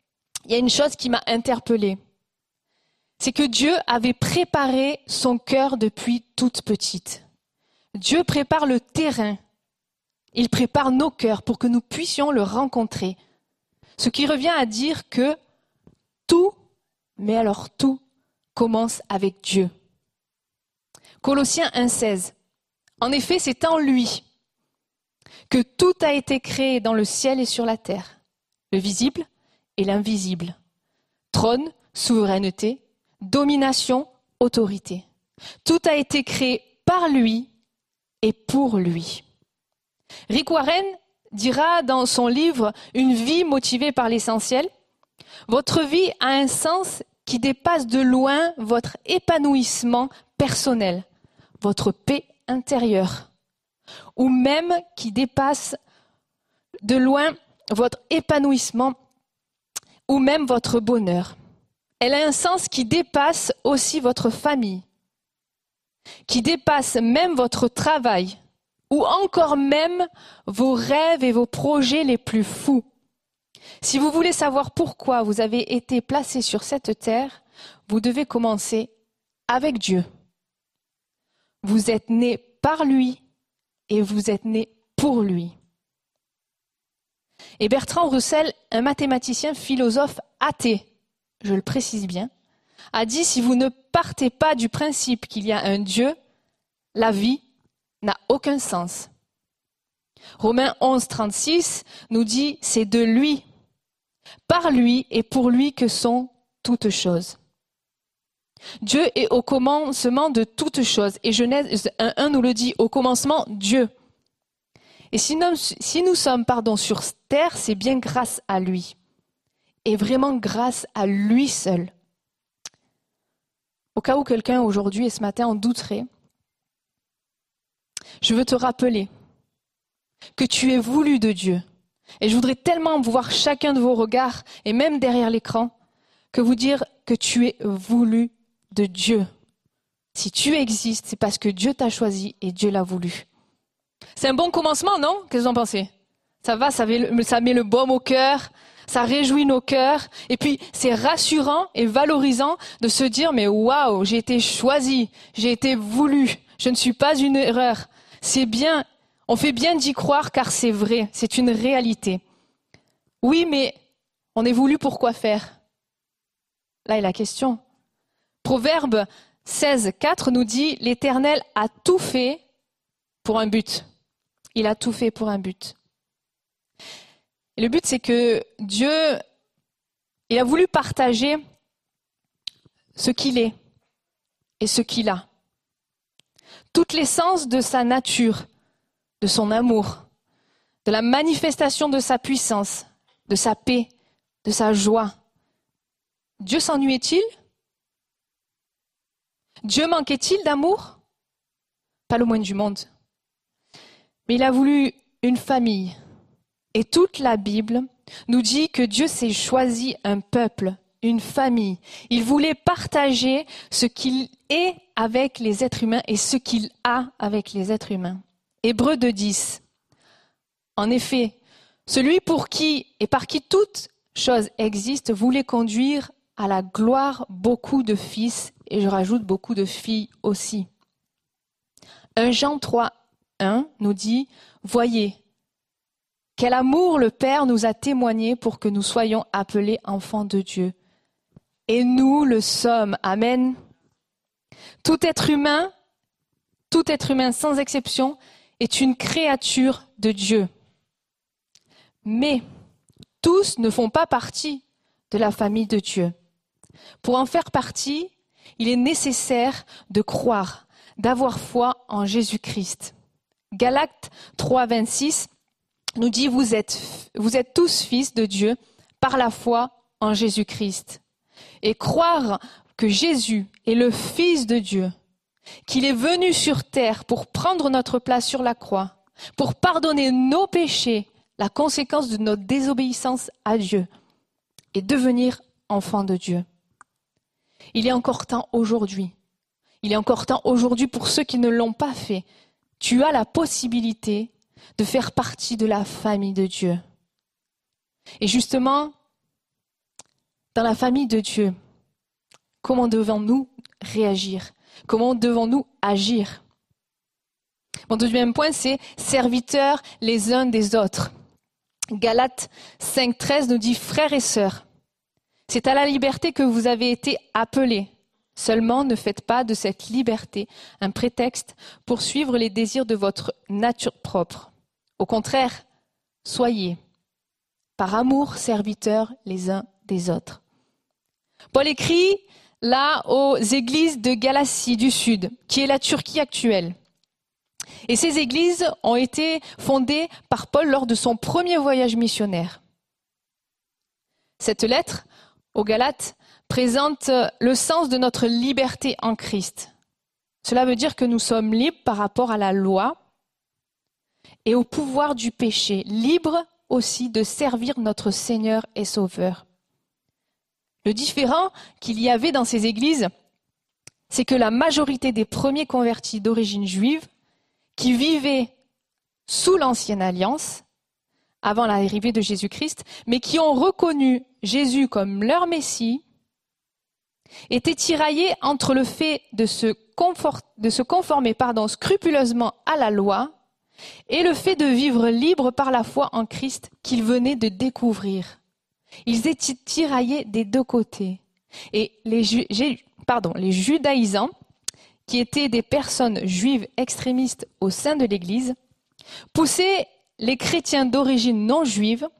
il y a une chose qui m'a interpellée. C'est que Dieu avait préparé son cœur depuis toute petite. Dieu prépare le terrain. Il prépare nos cœurs pour que nous puissions le rencontrer. Ce qui revient à dire que tout, mais alors tout, commence avec Dieu. Colossiens 1,16. En effet, c'est en lui que tout a été créé dans le ciel et sur la terre, le visible et l'invisible. Trône, souveraineté, domination, autorité. Tout a été créé par lui et pour lui. Rick Warren dira dans son livre « Une vie motivée par l'essentiel », votre vie a un sens qui dépasse de loin votre épanouissement personnel, votre paix intérieure, ou même qui dépasse de loin votre épanouissement ou même votre bonheur. Elle a un sens qui dépasse aussi votre famille, qui dépasse même votre travail, ou encore même vos rêves et vos projets les plus fous. Si vous voulez savoir pourquoi vous avez été placé sur cette terre, vous devez commencer avec Dieu. Vous êtes né par lui et vous êtes né pour lui. Et Bertrand Russell, un mathématicien philosophe athée, je le précise bien, a dit « Si vous ne partez pas du principe qu'il y a un Dieu, la vie n'a aucun sens. » Romains 11, 36 nous dit « C'est de lui, par lui et pour lui que sont toutes choses. » Dieu est au commencement de toutes choses. Et Genèse 1.1 nous le dit, au commencement, Dieu. Et si nous sommes sur terre, c'est bien grâce à lui. Et vraiment grâce à lui seul. Au cas où quelqu'un aujourd'hui et ce matin en douterait, je veux te rappeler que tu es voulu de Dieu. Et je voudrais tellement voir chacun de vos regards, et même derrière l'écran, que vous dire que tu es voulu de Dieu. Si tu existes, c'est parce que Dieu t'a choisi et Dieu l'a voulu. C'est un bon commencement, non? Qu'est-ce que vous en pensez? Ça va, ça met le baume au cœur, ça réjouit nos cœurs, et puis c'est rassurant et valorisant de se dire, mais waouh, j'ai été choisi, j'ai été voulu, je ne suis pas une erreur. C'est bien, on fait bien d'y croire car c'est vrai, c'est une réalité. Oui, mais on est voulu pour quoi faire? Là est la question. Proverbe 16, 4 nous dit « L'Éternel a tout fait pour un but. » Il a tout fait pour un but. Et le but, c'est que Dieu, il a voulu partager ce qu'il est et ce qu'il a. Toute l'essence de sa nature, de son amour, de la manifestation de sa puissance, de sa paix, de sa joie. Dieu s'ennuyait-il? Dieu manquait-il d'amour? Pas le moins du monde. Mais il a voulu une famille. Et toute la Bible nous dit que Dieu s'est choisi un peuple, une famille. Il voulait partager ce qu'il est avec les êtres humains et ce qu'il a avec les êtres humains. Hébreux 2.10. En effet, celui pour qui et par qui toute chose existe voulait conduire à la gloire beaucoup de fils, et je rajoute beaucoup de filles aussi. 1 Jean 3.1 nous dit « Voyez, quel amour le Père nous a témoigné pour que nous soyons appelés enfants de Dieu. Et nous le sommes. » Amen. Tout être humain sans exception, est une créature de Dieu. Mais tous ne font pas partie de la famille de Dieu. Pour en faire partie, il est nécessaire de croire, d'avoir foi en Jésus-Christ. Galates 3.26 nous dit « Vous êtes tous fils de Dieu par la foi en Jésus-Christ. » Et croire que Jésus est le Fils de Dieu, qu'il est venu sur terre pour prendre notre place sur la croix, pour pardonner nos péchés, la conséquence de notre désobéissance à Dieu, et devenir enfant de Dieu. Il est encore temps aujourd'hui. Il est encore temps aujourd'hui pour ceux qui ne l'ont pas fait. Tu as la possibilité de faire partie de la famille de Dieu. Et justement, dans la famille de Dieu, comment devons-nous réagir? Comment devons-nous agir? Mon deuxième point, c'est serviteurs les uns des autres. Galates 5,13 nous dit « Frères et sœurs, c'est à la liberté que vous avez été appelés. Seulement, ne faites pas de cette liberté un prétexte pour suivre les désirs de votre nature propre. Au contraire, soyez, par amour, serviteurs les uns des autres. » Paul écrit là aux églises de Galatie du Sud, qui est la Turquie actuelle. Et ces églises ont été fondées par Paul lors de son premier voyage missionnaire. Cette lettre aux Galates présente le sens de notre liberté en Christ. Cela veut dire que nous sommes libres par rapport à la loi et au pouvoir du péché, libres aussi de servir notre Seigneur et Sauveur. Le différent qu'il y avait dans ces églises, c'est que la majorité des premiers convertis d'origine juive qui vivaient sous l'ancienne alliance, avant l'arrivée de Jésus-Christ, mais qui ont reconnu Jésus comme leur Messie, étaient tiraillés entre le fait de se conformer scrupuleusement à la loi et le fait de vivre libre par la foi en Christ qu'ils venaient de découvrir. Ils étaient tiraillés des deux côtés. Et les judaïsants, qui étaient des personnes juives extrémistes au sein de l'Église, poussaient les chrétiens d'origine non juive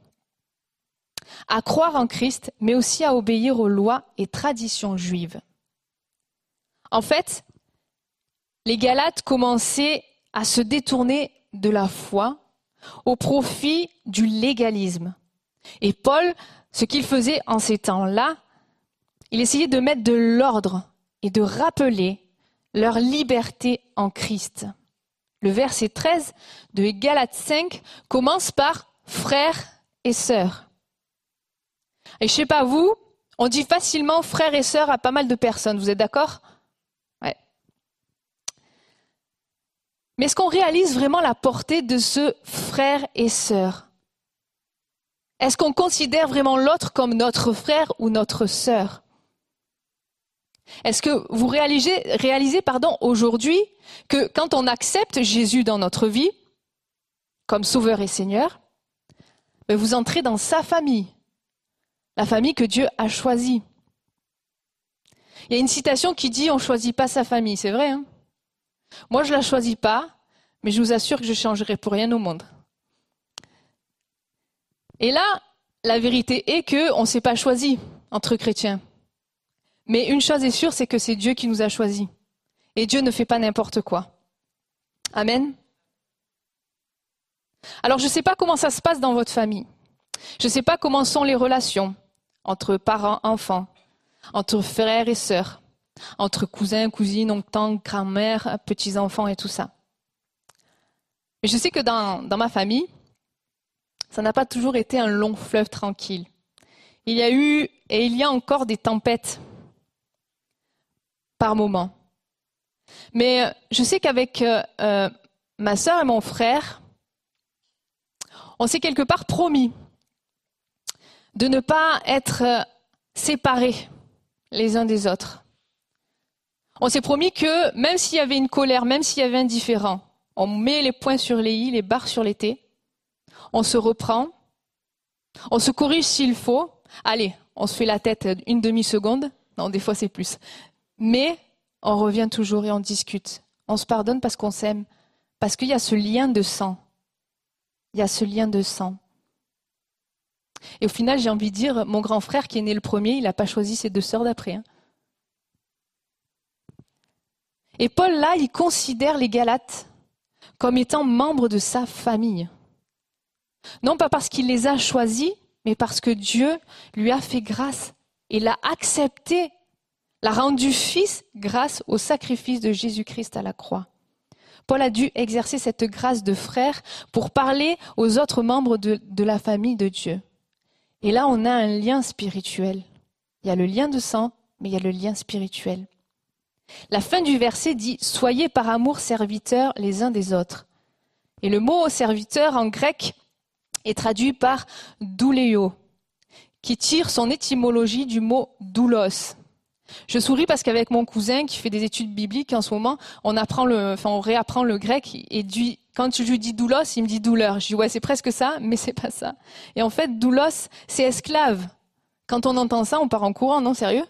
à croire en Christ, mais aussi à obéir aux lois et traditions juives. En fait, les Galates commençaient à se détourner de la foi au profit du légalisme. Et Paul, ce qu'il faisait en ces temps-là, il essayait de mettre de l'ordre et de rappeler leur liberté en Christ. Le verset 13 de Galates 5 commence par « frères et sœurs ». Et je ne sais pas vous, on dit facilement frères et sœurs à pas mal de personnes, vous êtes d'accord? Ouais. Mais est-ce qu'on réalise vraiment la portée de ce frère et sœur? Est-ce qu'on considère vraiment l'autre comme notre frère ou notre sœur? Est-ce que vous réalisez aujourd'hui que quand on accepte Jésus dans notre vie, comme Sauveur et Seigneur, vous entrez dans sa famille, la famille que Dieu a choisie. Il y a une citation qui dit « on ne choisit pas sa famille », c'est vrai, hein? Moi, je ne la choisis pas, mais je vous assure que je ne changerai pour rien au monde. Et là, la vérité est qu'on ne s'est pas choisi entre chrétiens. Mais une chose est sûre, c'est que c'est Dieu qui nous a choisis. Et Dieu ne fait pas n'importe quoi. Amen. Alors, je ne sais pas comment ça se passe dans votre famille. Je ne sais pas comment sont les relations entre parents, enfants, entre frères et sœurs, entre cousins, cousines, oncles, tantes, grand-mères, petits-enfants et tout ça. Mais je sais que dans ma famille, ça n'a pas toujours été un long fleuve tranquille. Il y a eu et il y a encore des tempêtes par moment. Mais je sais qu'avec ma sœur et mon frère, on s'est quelque part promis de ne pas être séparés les uns des autres. On s'est promis que même s'il y avait une colère, même s'il y avait un différend, on met les points sur les i, les barres sur les t, on se reprend, on se corrige s'il faut. Allez, on se fait la tête une demi-seconde, non, des fois c'est plus. Mais on revient toujours et on discute. On se pardonne parce qu'on s'aime, parce qu'il y a ce lien de sang. Il y a ce lien de sang. Et au final, j'ai envie de dire, mon grand frère qui est né le premier, il n'a pas choisi ses deux sœurs d'après. Hein. Et Paul, là, il considère les Galates comme étant membres de sa famille. Non pas parce qu'il les a choisis, mais parce que Dieu lui a fait grâce et l'a accepté, l'a rendu fils grâce au sacrifice de Jésus-Christ à la croix. Paul a dû exercer cette grâce de frère pour parler aux autres membres de la famille de Dieu. Et là, on a un lien spirituel. Il y a le lien de sang, mais il y a le lien spirituel. La fin du verset dit « Soyez par amour serviteurs les uns des autres ». Et le mot serviteur en grec est traduit par « douléo », qui tire son étymologie du mot doulos. Je souris parce qu'avec mon cousin qui fait des études bibliques en ce moment, on réapprend le grec et quand je lui dis doulos, il me dit douleur. Je dis ouais, c'est presque ça, mais c'est pas ça. Et en fait, doulos, c'est esclave. Quand on entend ça, on part en courant, non, sérieux?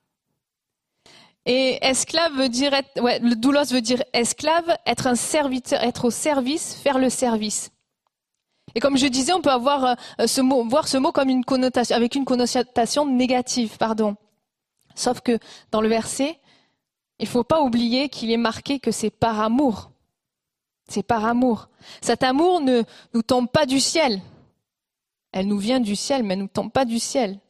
Et esclave veut dire le doulos veut dire esclave, être un serviteur, être au service, faire le service. Et comme je disais, on peut avoir voir ce mot comme avec une connotation négative, Sauf que dans le verset, il faut pas oublier qu'il est marqué que c'est par amour. C'est par amour. Cet amour ne nous tombe pas du ciel. Elle nous vient du ciel, mais elle ne nous tombe pas du ciel.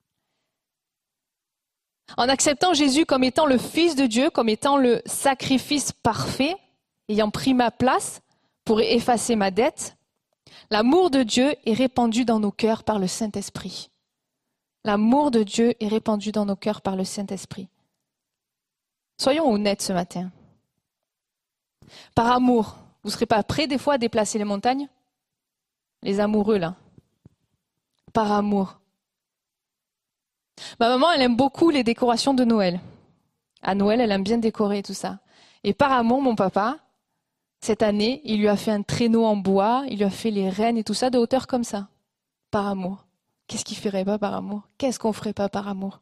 En acceptant Jésus comme étant le Fils de Dieu, comme étant le sacrifice parfait, ayant pris ma place pour effacer ma dette, l'amour de Dieu est répandu dans nos cœurs par le Saint-Esprit. L'amour de Dieu est répandu dans nos cœurs par le Saint-Esprit. Soyons honnêtes ce matin. Par amour, vous ne serez pas prêts des fois à déplacer les montagnes? Les amoureux, là. Par amour. Ma maman, elle aime beaucoup les décorations de Noël. À Noël, elle aime bien décorer tout ça. Et par amour, mon papa, cette année, il lui a fait un traîneau en bois, il lui a fait les rennes et tout ça de hauteur comme ça. Par amour. Qu'est-ce qu'il ferait pas par amour? Qu'est-ce qu'on ferait pas par amour?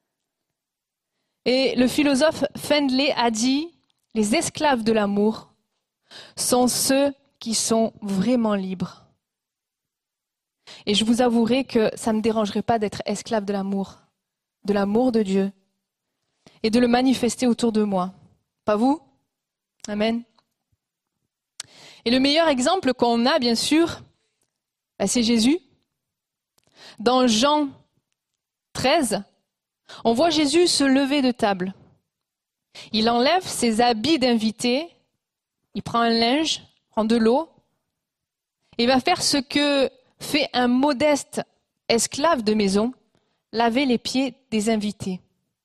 Et le philosophe Fendley a dit, les esclaves de l'amour sont ceux qui sont vraiment libres. Et je vous avouerai que ça ne me dérangerait pas d'être esclave de l'amour de Dieu, et de le manifester autour de moi. Pas vous? Amen. Et le meilleur exemple qu'on a, bien sûr, c'est Jésus. Dans Jean 13, on voit Jésus se lever de table. Il enlève ses habits d'invité, il prend un linge, prend de l'eau, et va faire ce que fait un modeste esclave de maison, laver les pieds des invités.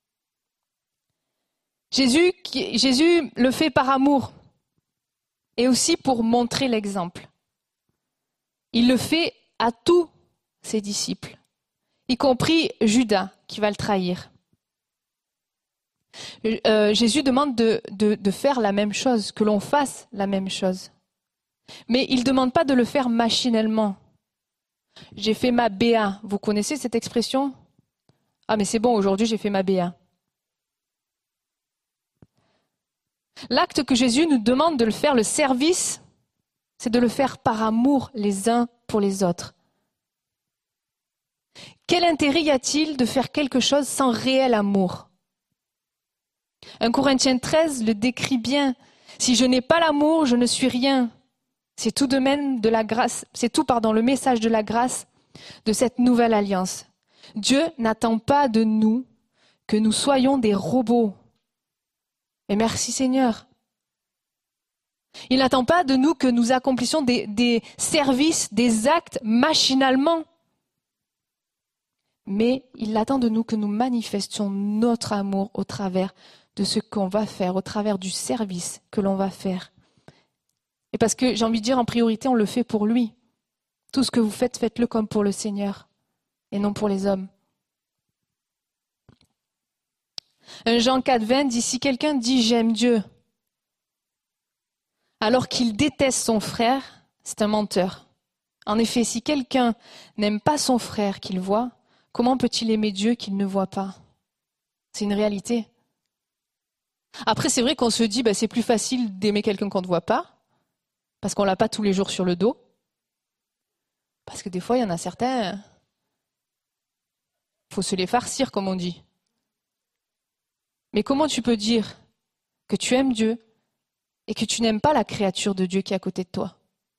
Jésus le fait par amour et aussi pour montrer l'exemple. Il le fait à tous ses disciples, y compris Judas qui va le trahir. Jésus demande de faire la même chose, que l'on fasse la même chose. Mais il ne demande pas de le faire machinalement. J'ai fait ma BA. Vous connaissez cette expression? Ah, mais c'est bon, aujourd'hui j'ai fait ma BA. L'acte que Jésus nous demande de le faire, le service, c'est de le faire par amour les uns pour les autres. Quel intérêt y a-t-il de faire quelque chose sans réel amour? 1 Corinthiens 13 le décrit bien. Si je n'ai pas l'amour, je ne suis rien. C'est tout de même de la grâce, le message de la grâce de cette nouvelle alliance. Dieu n'attend pas de nous que nous soyons des robots. Et merci Seigneur. Il n'attend pas de nous que nous accomplissions des services, des actes machinalement. Mais il attend de nous que nous manifestions notre amour au travers de ce qu'on va faire, au travers du service que l'on va faire. Et parce que j'ai envie de dire, en priorité, on le fait pour lui. Tout ce que vous faites, faites-le comme pour le Seigneur et non pour les hommes. 1 Jean 4,20 dit, si quelqu'un dit j'aime Dieu, alors qu'il déteste son frère, c'est un menteur. En effet, si quelqu'un n'aime pas son frère qu'il voit, comment peut-il aimer Dieu qu'il ne voit pas? C'est une réalité. Après, c'est vrai qu'on se dit, c'est plus facile d'aimer quelqu'un qu'on ne voit pas, parce qu'on ne l'a pas tous les jours sur le dos. Parce que des fois, il y en a certains, il faut se les farcir, comme on dit. Mais comment tu peux dire que tu aimes Dieu et que tu n'aimes pas la créature de Dieu qui est à côté de toi?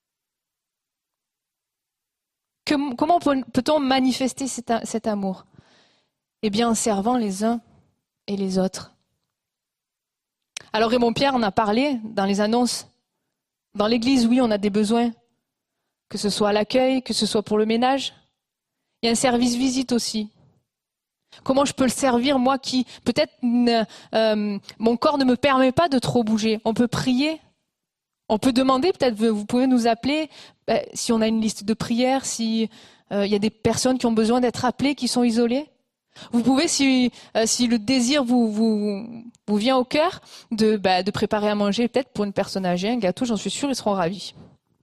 Comment peut-on manifester cet amour? Eh bien, en servant les uns et les autres. Alors Raymond Pierre en a parlé dans les annonces. Dans l'église, oui, on a des besoins, que ce soit à l'accueil, que ce soit pour le ménage. Il y a un service visite aussi. Comment je peux le servir, moi qui, peut-être, mon corps ne me permet pas de trop bouger. On peut prier, on peut demander, peut-être vous pouvez nous appeler si on a une liste de prières, si il y a des personnes qui ont besoin d'être appelées, qui sont isolées. Vous pouvez, si le désir vous vient au cœur, de préparer à manger peut-être pour une personne âgée, un gâteau, j'en suis sûre, ils seront ravis.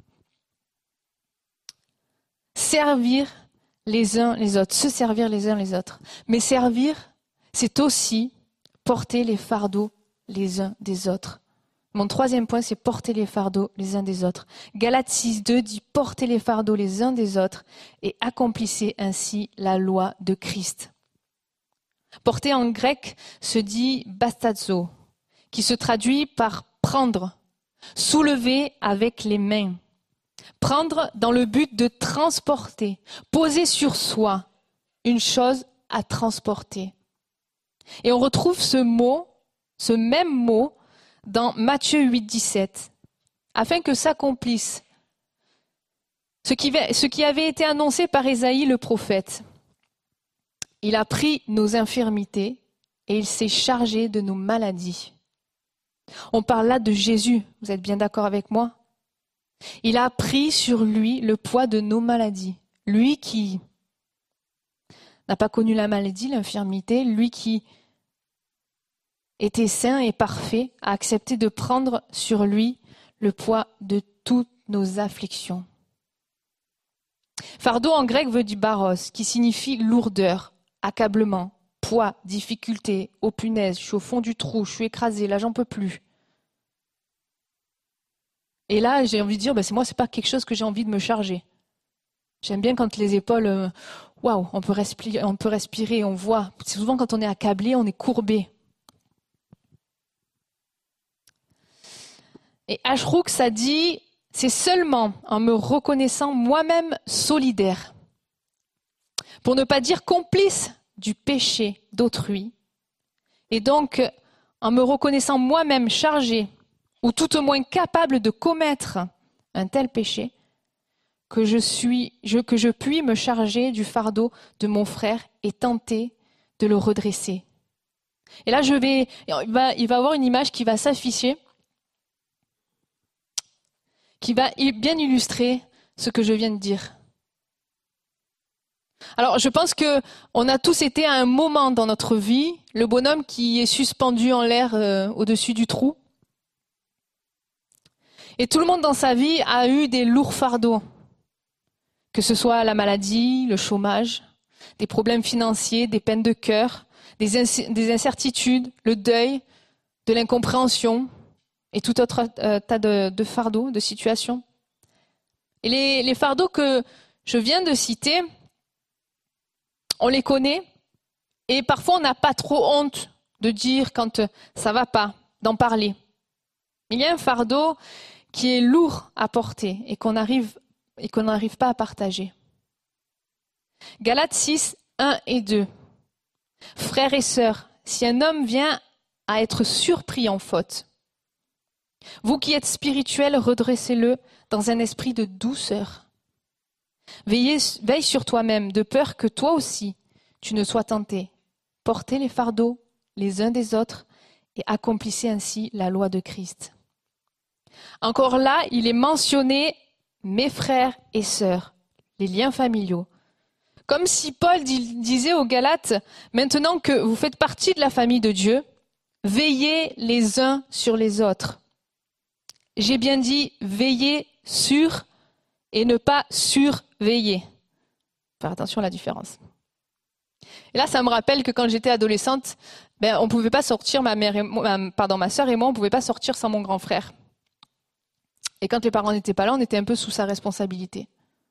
Servir les uns les autres, se servir les uns les autres. Mais servir, c'est aussi porter les fardeaux les uns des autres. Mon troisième point, c'est porter les fardeaux les uns des autres. Galates 6:2 dit « Portez les fardeaux les uns des autres et accomplissez ainsi la loi de Christ ». Porter en grec se dit « bastazo », qui se traduit par « prendre », soulever avec les mains. Prendre dans le but de transporter, poser sur soi une chose à transporter. Et on retrouve ce même mot, dans Matthieu 8:17, afin que s'accomplisse ce qui avait été annoncé par Ésaïe le prophète. Il a pris nos infirmités et il s'est chargé de nos maladies. On parle là de Jésus, vous êtes bien d'accord avec moi? Il a pris sur lui le poids de nos maladies. Lui qui n'a pas connu la maladie, l'infirmité, lui qui était saint et parfait, a accepté de prendre sur lui le poids de toutes nos afflictions. Fardeau en grec veut dire baros, qui signifie lourdeur, accablement, poids, difficulté, oh punaise, je suis au fond du trou, je suis écrasé, là j'en peux plus. Et là, j'ai envie de dire, c'est moi, c'est pas quelque chose que j'ai envie de me charger. J'aime bien quand les épaules, waouh, on peut respirer, on voit. C'est souvent quand on est accablé, on est courbé. Et Ashrouk, ça dit, c'est seulement en me reconnaissant moi-même solidaire, pour ne pas dire complice du péché d'autrui, et donc en me reconnaissant moi-même chargé, ou tout au moins capable de commettre un tel péché, que je puis me charger du fardeau de mon frère et tenter de le redresser. Et là, il va y avoir une image qui va s'afficher, qui va bien illustrer ce que je viens de dire. Alors, je pense que on a tous été à un moment dans notre vie, le bonhomme qui est suspendu en l'air au-dessus du trou. Et tout le monde dans sa vie a eu des lourds fardeaux, que ce soit la maladie, le chômage, des problèmes financiers, des peines de cœur, des incertitudes, le deuil, de l'incompréhension et tout autre tas de fardeaux, de situations. Et les fardeaux que je viens de citer, on les connaît et parfois on n'a pas trop honte de dire quand ça va pas, d'en parler. Il y a un fardeau qui est lourd à porter et qu'on n'arrive pas à partager. Galates 6, 1 et 2. Frères et sœurs, si un homme vient à être surpris en faute, vous qui êtes spirituels, redressez-le dans un esprit de douceur. Veille sur toi-même, de peur que toi aussi tu ne sois tenté. Portez les fardeaux les uns des autres et accomplissez ainsi la loi de Christ. Encore là, il est mentionné mes frères et sœurs, les liens familiaux. Comme si Paul disait aux Galates, maintenant que vous faites partie de la famille de Dieu, veillez les uns sur les autres. J'ai bien dit veiller sur et ne pas surveiller. Faire attention à la différence. Et là, ça me rappelle que quand j'étais adolescente, on pouvait pas sortir, ma sœur et moi, on pouvait pas sortir sans mon grand frère. Et quand les parents n'étaient pas là, on était un peu sous sa responsabilité.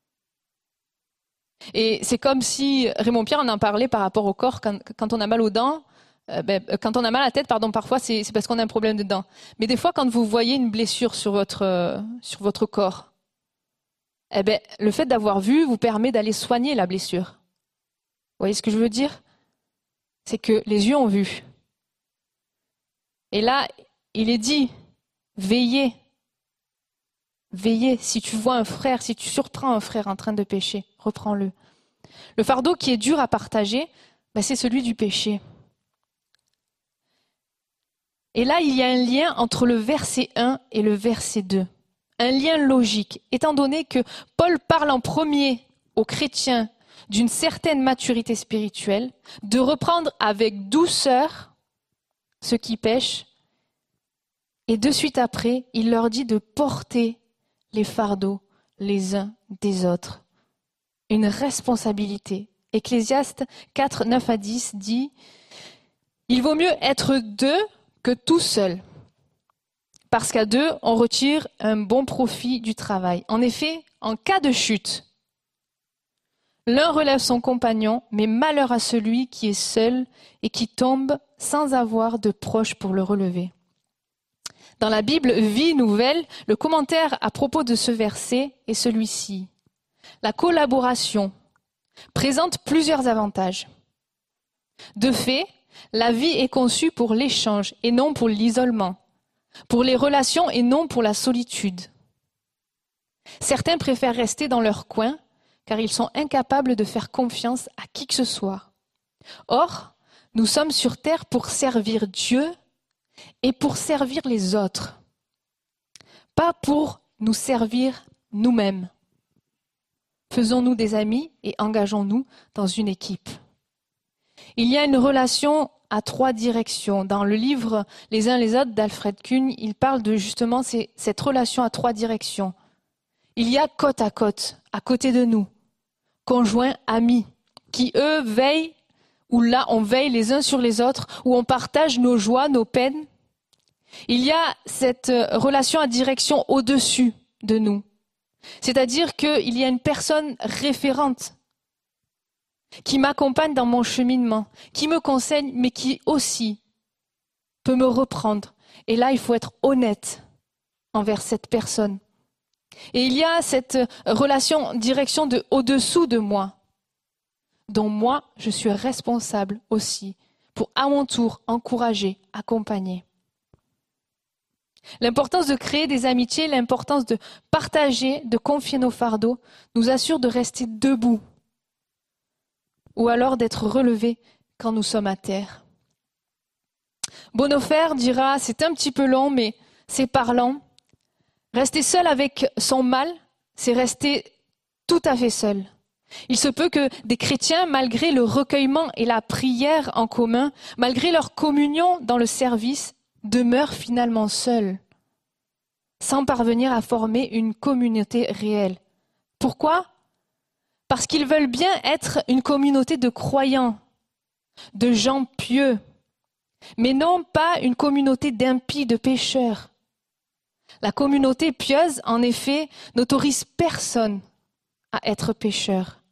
Et c'est comme si, Raymond Pierre en parlait par rapport au corps, quand on a mal aux dents, quand on a mal à la tête, parfois c'est parce qu'on a un problème de dents. Mais des fois, quand vous voyez une blessure sur votre corps, le fait d'avoir vu vous permet d'aller soigner la blessure. Vous voyez ce que je veux dire? C'est que les yeux ont vu. Et là, il est dit, veillez. Veillez, si tu vois un frère, si tu surprends un frère en train de pécher, reprends-le. Le fardeau qui est dur à partager, c'est celui du péché. Et là, il y a un lien entre le verset 1 et le verset 2. un lien logique, étant donné que Paul parle en premier aux chrétiens d'une certaine maturité spirituelle, de reprendre avec douceur ceux qui pêchent, et de suite après, il leur dit de porter les fardeaux les uns des autres. Une responsabilité. Ecclésiaste 4, 9 à 10 dit « Il vaut mieux être deux que tout seul, parce qu'à deux, on retire un bon profit du travail. En effet, en cas de chute, l'un relève son compagnon, mais malheur à celui qui est seul et qui tombe sans avoir de proche pour le relever. » Dans la Bible Vie Nouvelle, le commentaire à propos de ce verset est celui-ci. La collaboration présente plusieurs avantages. De fait, la vie est conçue pour l'échange et non pour l'isolement, pour les relations et non pour la solitude. Certains préfèrent rester dans leur coin car ils sont incapables de faire confiance à qui que ce soit. Or, nous sommes sur terre pour servir Dieu et pour servir les autres, pas pour nous servir nous-mêmes. Faisons-nous des amis et engageons-nous dans une équipe. Il y a une relation à trois directions. Dans le livre Les uns les autres d'Alfred Kuhn, il parle de justement cette relation à trois directions. Il y a côte à côté de nous, conjoints, amis, qui eux veillent, où là on veille les uns sur les autres, où on partage nos joies, nos peines. Il y a cette relation à direction au-dessus de nous. C'est-à-dire qu'il y a une personne référente qui m'accompagne dans mon cheminement, qui me conseille, mais qui aussi peut me reprendre. Et là, il faut être honnête envers cette personne. Et il y a cette relation direction de au-dessous de moi, dont moi, je suis responsable aussi, pour à mon tour encourager, accompagner. L'importance de créer des amitiés, l'importance de partager, de confier nos fardeaux, nous assure de rester debout ou alors d'être relevés quand nous sommes à terre. Bonhoeffer dira, c'est un petit peu long, mais c'est parlant. Rester seul avec son mal, c'est rester tout à fait seul. Il se peut que des chrétiens, malgré le recueillement et la prière en commun, malgré leur communion dans le service, demeurent finalement seuls, sans parvenir à former une communauté réelle. Pourquoi ? Parce qu'ils veulent bien être une communauté de croyants, de gens pieux, mais non pas une communauté d'impies, de pécheurs. La communauté pieuse, en effet, n'autorise personne à être pécheur.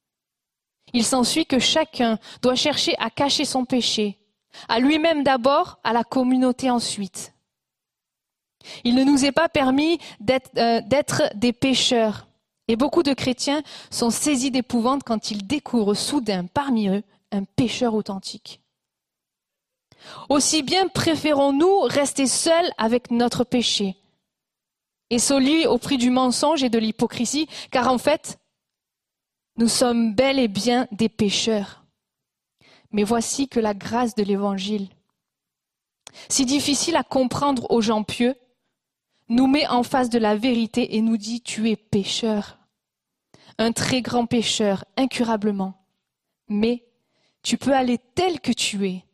Il s'ensuit que chacun doit chercher à cacher son péché, à lui-même d'abord, à la communauté ensuite. Il ne nous est pas permis d'être des pécheurs. Et beaucoup de chrétiens sont saisis d'épouvante quand ils découvrent soudain parmi eux un pécheur authentique. Aussi bien préférons-nous rester seuls avec notre péché, et celui au prix du mensonge et de l'hypocrisie, car en fait, nous sommes bel et bien des pécheurs. Mais voici que la grâce de l'Évangile, si difficile à comprendre aux gens pieux, nous met en face de la vérité et nous dit « tu es pécheur ». Un très grand pécheur, incurablement. Mais tu peux aller tel que tu es,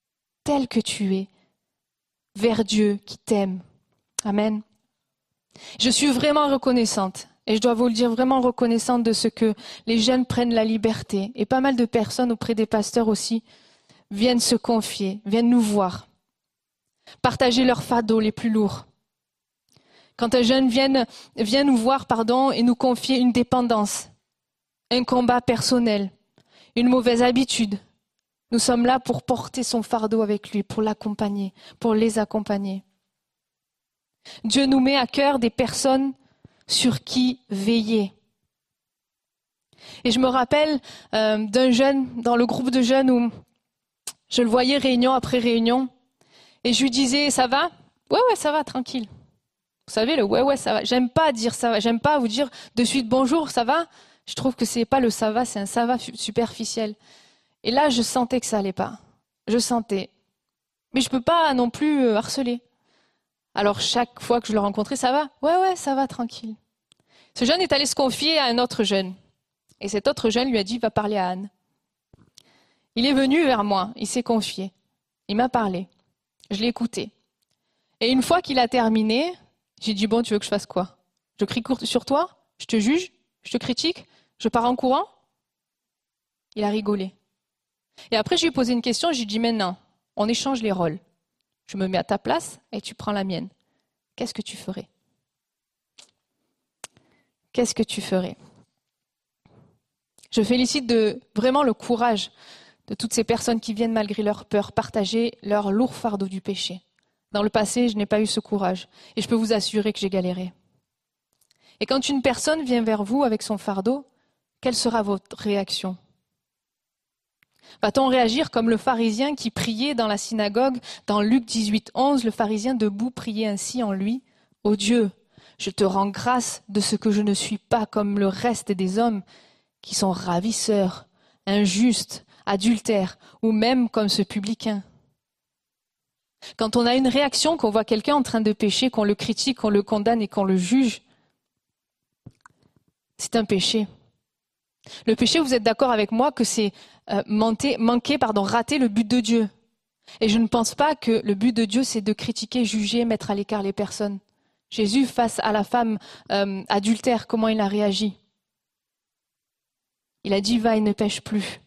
vers Dieu qui t'aime. Amen. Je suis vraiment reconnaissante, et je dois vous le dire, vraiment reconnaissante de ce que les jeunes prennent la liberté, et pas mal de personnes auprès des pasteurs aussi, viennent se confier, viennent nous voir, partager leurs fardeaux les plus lourds. Quand un jeune vient nous voir, et nous confier une dépendance, un combat personnel, une mauvaise habitude, nous sommes là pour porter son fardeau avec lui, pour l'accompagner, pour les accompagner. Dieu nous met à cœur des personnes sur qui veiller. Et je me rappelle d'un jeune, dans le groupe de jeunes, où je le voyais réunion après réunion, et je lui disais « ça va ?»« Ouais, ça va, tranquille. » Vous savez, le « ouais, ça va ». J'aime pas dire ça va, j'aime pas vous dire de suite « bonjour, ça va ?» Je trouve que c'est pas le « ça va », c'est un « ça va » superficiel. Et là, je sentais que ça allait pas. Je sentais. Mais je peux pas non plus harceler. Alors chaque fois que je le rencontrais, ça va? Ouais, ça va, tranquille. Ce jeune est allé se confier à un autre jeune. Et cet autre jeune lui a dit, va parler à Anne. Il est venu vers moi, il s'est confié. Il m'a parlé. Je l'ai écouté. Et une fois qu'il a terminé, j'ai dit, bon, tu veux que je fasse quoi? Je crie sur toi? Je te juge? Je te critique? Je pars en courant? Il a rigolé. Et après, je lui ai posé une question, j'ai dit, maintenant, on échange les rôles. Je me mets à ta place et tu prends la mienne. Qu'est-ce que tu ferais? Qu'est-ce que tu ferais? Je félicite vraiment le courage de toutes ces personnes qui viennent malgré leur peur partager leur lourd fardeau du péché. Dans le passé, je n'ai pas eu ce courage et je peux vous assurer que j'ai galéré. Et quand une personne vient vers vous avec son fardeau, quelle sera votre réaction? Va-t-on réagir comme le pharisien qui priait dans la synagogue, dans Luc 18, 11, le pharisien debout priait ainsi en lui, « Ô Dieu, je te rends grâce de ce que je ne suis pas comme le reste des hommes qui sont ravisseurs, injustes, adultères, ou même comme ce publicain. » Quand on a une réaction, qu'on voit quelqu'un en train de pécher, qu'on le critique, qu'on le condamne et qu'on le juge, c'est un péché. Le péché, vous êtes d'accord avec moi que c'est rater le but de Dieu. Et je ne pense pas que le but de Dieu, c'est de critiquer, juger, mettre à l'écart les personnes. Jésus, face à la femme adultère, comment il a réagi? Il a dit, va et ne pêche plus.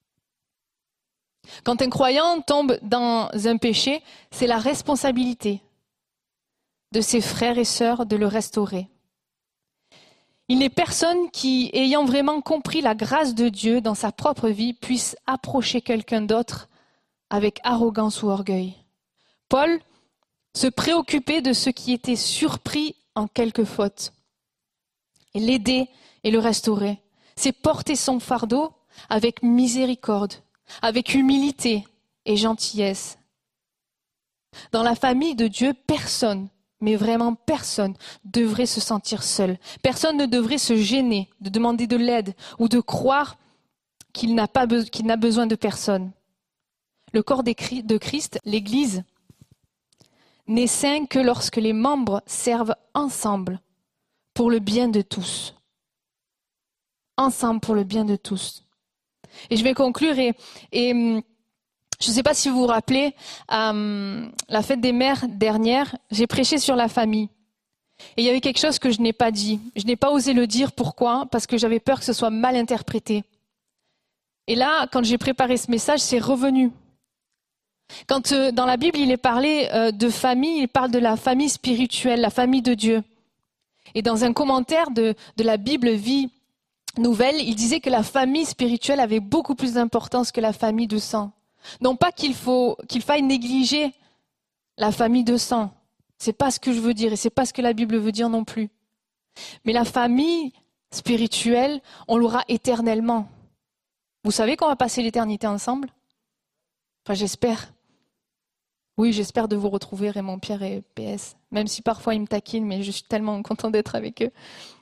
Quand un croyant tombe dans un péché, c'est la responsabilité de ses frères et sœurs de le restaurer. Il n'est personne qui, ayant vraiment compris la grâce de Dieu dans sa propre vie, puisse approcher quelqu'un d'autre avec arrogance ou orgueil. Paul se préoccupait de ceux qui étaient surpris en quelque faute. Et l'aider et le restaurer, c'est porter son fardeau avec miséricorde, avec humilité et gentillesse. Dans la famille de Dieu, personne, mais vraiment personne, devrait se sentir seul. Personne ne devrait se gêner de demander de l'aide ou de croire qu'il n'a besoin de personne. Le corps de Christ, l'Église, n'est sain que lorsque les membres servent ensemble pour le bien de tous. Ensemble pour le bien de tous. Et je vais conclure et je ne sais pas si vous vous rappelez, la fête des mères dernière, j'ai prêché sur la famille. Et il y avait quelque chose que je n'ai pas dit. Je n'ai pas osé le dire. Pourquoi? Parce que j'avais peur que ce soit mal interprété. Et là, quand j'ai préparé ce message, c'est revenu. Quand dans la Bible, il est parlé de famille, il parle de la famille spirituelle, la famille de Dieu. Et dans un commentaire de la Bible Vie Nouvelle, il disait que la famille spirituelle avait beaucoup plus d'importance que la famille de sang. Non pas qu'il faille négliger la famille de sang. C'est pas ce que je veux dire et c'est pas ce que la Bible veut dire non plus. Mais la famille spirituelle, on l'aura éternellement. Vous savez qu'on va passer l'éternité ensemble? Enfin, j'espère. Oui, j'espère de vous retrouver, Raymond, Pierre et PS. Même si parfois ils me taquinent, mais je suis tellement content d'être avec eux.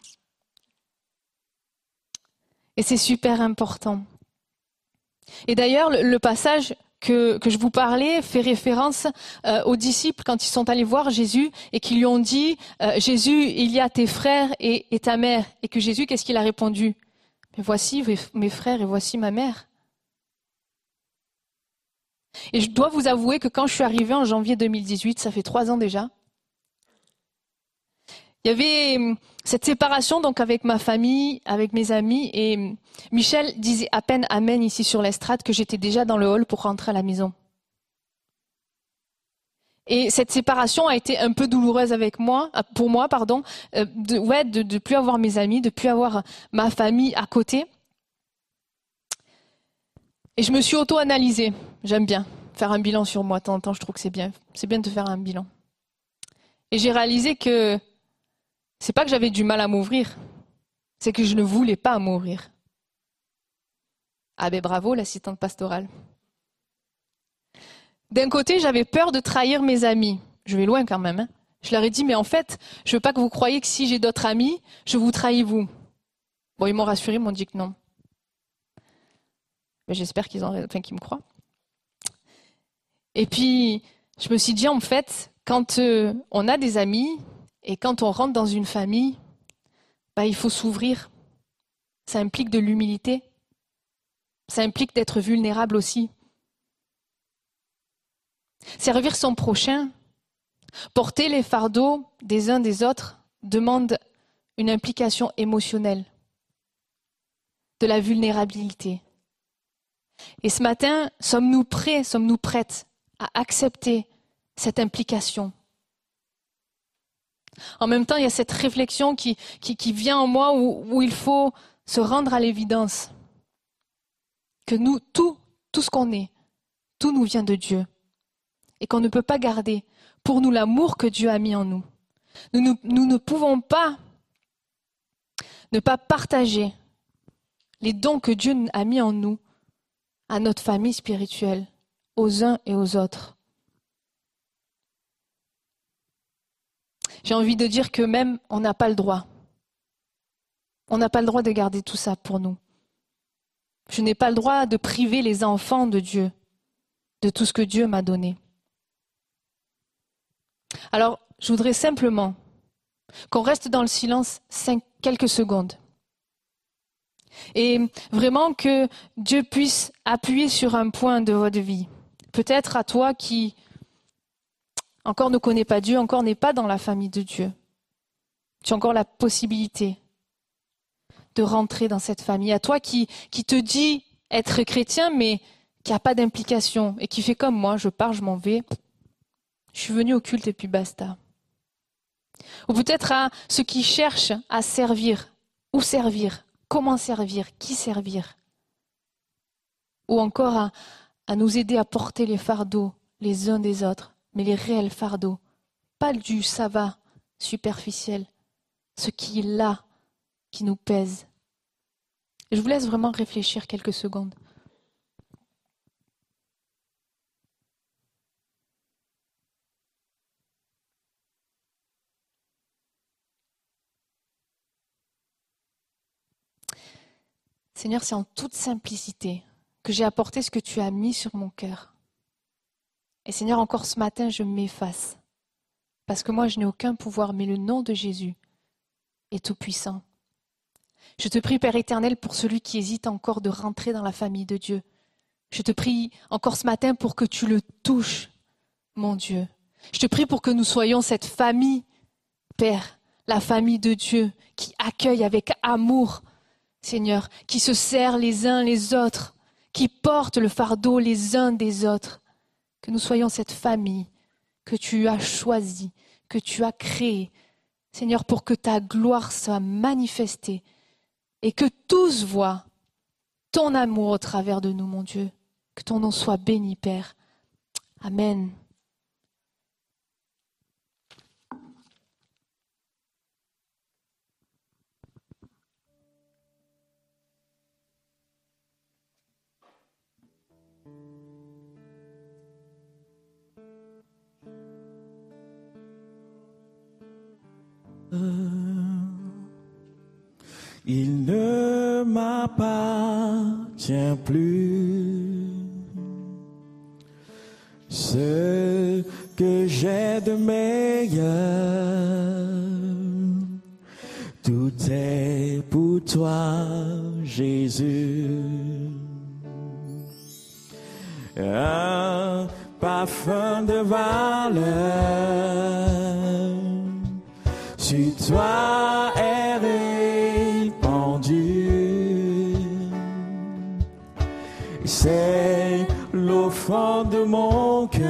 Et c'est super important. Et d'ailleurs, le passage que je vous parlais fait référence aux disciples quand ils sont allés voir Jésus et qui lui ont dit « Jésus, il y a tes frères et ta mère. » Et que Jésus, qu'est-ce qu'il a répondu? « Mais voici mes frères et voici ma mère. » Et je dois vous avouer que quand je suis arrivée en janvier 2018, ça fait 3 ans déjà, il y avait cette séparation donc avec ma famille, avec mes amis, et Michel disait à peine amen ici sur l'estrade que j'étais déjà dans le hall pour rentrer à la maison. Et cette séparation a été un peu douloureuse pour moi, de plus avoir mes amis, de plus avoir ma famille à côté. Et je me suis auto-analysée. J'aime bien faire un bilan sur moi de temps en temps, je trouve que c'est bien. C'est bien de faire un bilan. Et j'ai réalisé que c'est pas que j'avais du mal à m'ouvrir, c'est que je ne voulais pas m'ouvrir. Ah ben bravo, l'assistante pastorale. D'un côté, j'avais peur de trahir mes amis. Je vais loin quand même. Hein. Je leur ai dit, mais en fait, je veux pas que vous croyiez que si j'ai d'autres amis, je vous trahis vous. Bon, ils m'ont rassuré, ils m'ont dit que non. Mais j'espère qu'ils me croient. Et puis, je me suis dit, en fait, quand on a des amis et quand on rentre dans une famille, il faut s'ouvrir. Ça implique de l'humilité. Ça implique d'être vulnérable aussi. Servir son prochain, porter les fardeaux des uns des autres demande une implication émotionnelle, de la vulnérabilité. Et ce matin, sommes-nous prêts, sommes-nous prêtes à accepter cette implication? En même temps, il y a cette réflexion qui vient en moi où il faut se rendre à l'évidence que nous, tout ce qu'on est, tout nous vient de Dieu et qu'on ne peut pas garder pour nous l'amour que Dieu a mis en nous. Nous ne pouvons pas ne pas partager les dons que Dieu a mis en nous à notre famille spirituelle, aux uns et aux autres. J'ai envie de dire que même on n'a pas le droit. On n'a pas le droit de garder tout ça pour nous. Je n'ai pas le droit de priver les enfants de Dieu, de tout ce que Dieu m'a donné. Alors, je voudrais simplement qu'on reste dans le silence quelques secondes. Et vraiment que Dieu puisse appuyer sur un point de votre vie. Peut-être à toi qui encore ne connaît pas Dieu, encore n'est pas dans la famille de Dieu. Tu as encore la possibilité de rentrer dans cette famille. À toi qui te dit être chrétien, mais qui n'a pas d'implication et qui fait comme moi, je pars, je m'en vais. Je suis venu au culte et puis basta. Ou peut-être à ceux qui cherchent à servir. Où servir? Comment servir? Qui servir? Ou encore à nous aider à porter les fardeaux les uns des autres, mais les réels fardeaux. Pas du ça va superficiel. Ce qui est là, qui nous pèse. Et je vous laisse vraiment réfléchir quelques secondes. Seigneur, c'est en toute simplicité que j'ai apporté ce que tu as mis sur mon cœur. Et Seigneur, encore ce matin, je m'efface. Parce que moi, je n'ai aucun pouvoir, mais le nom de Jésus est tout-puissant. Je te prie, Père éternel, pour celui qui hésite encore de rentrer dans la famille de Dieu. Je te prie encore ce matin pour que tu le touches, mon Dieu. Je te prie pour que nous soyons cette famille, Père, la famille de Dieu, qui accueille avec amour, Seigneur, qui se sert les uns les autres, qui porte le fardeau les uns des autres. Que nous soyons cette famille que tu as choisie, que tu as créée, Seigneur, pour que ta gloire soit manifestée et que tous voient ton amour au travers de nous, mon Dieu. Que ton nom soit béni, Père. Amen. Il ne m'appartient plus. Ce que j'ai de meilleur, tout est pour toi, Jésus. Un parfum de valeur sur toi est répandu. C'est l'offrande de mon cœur.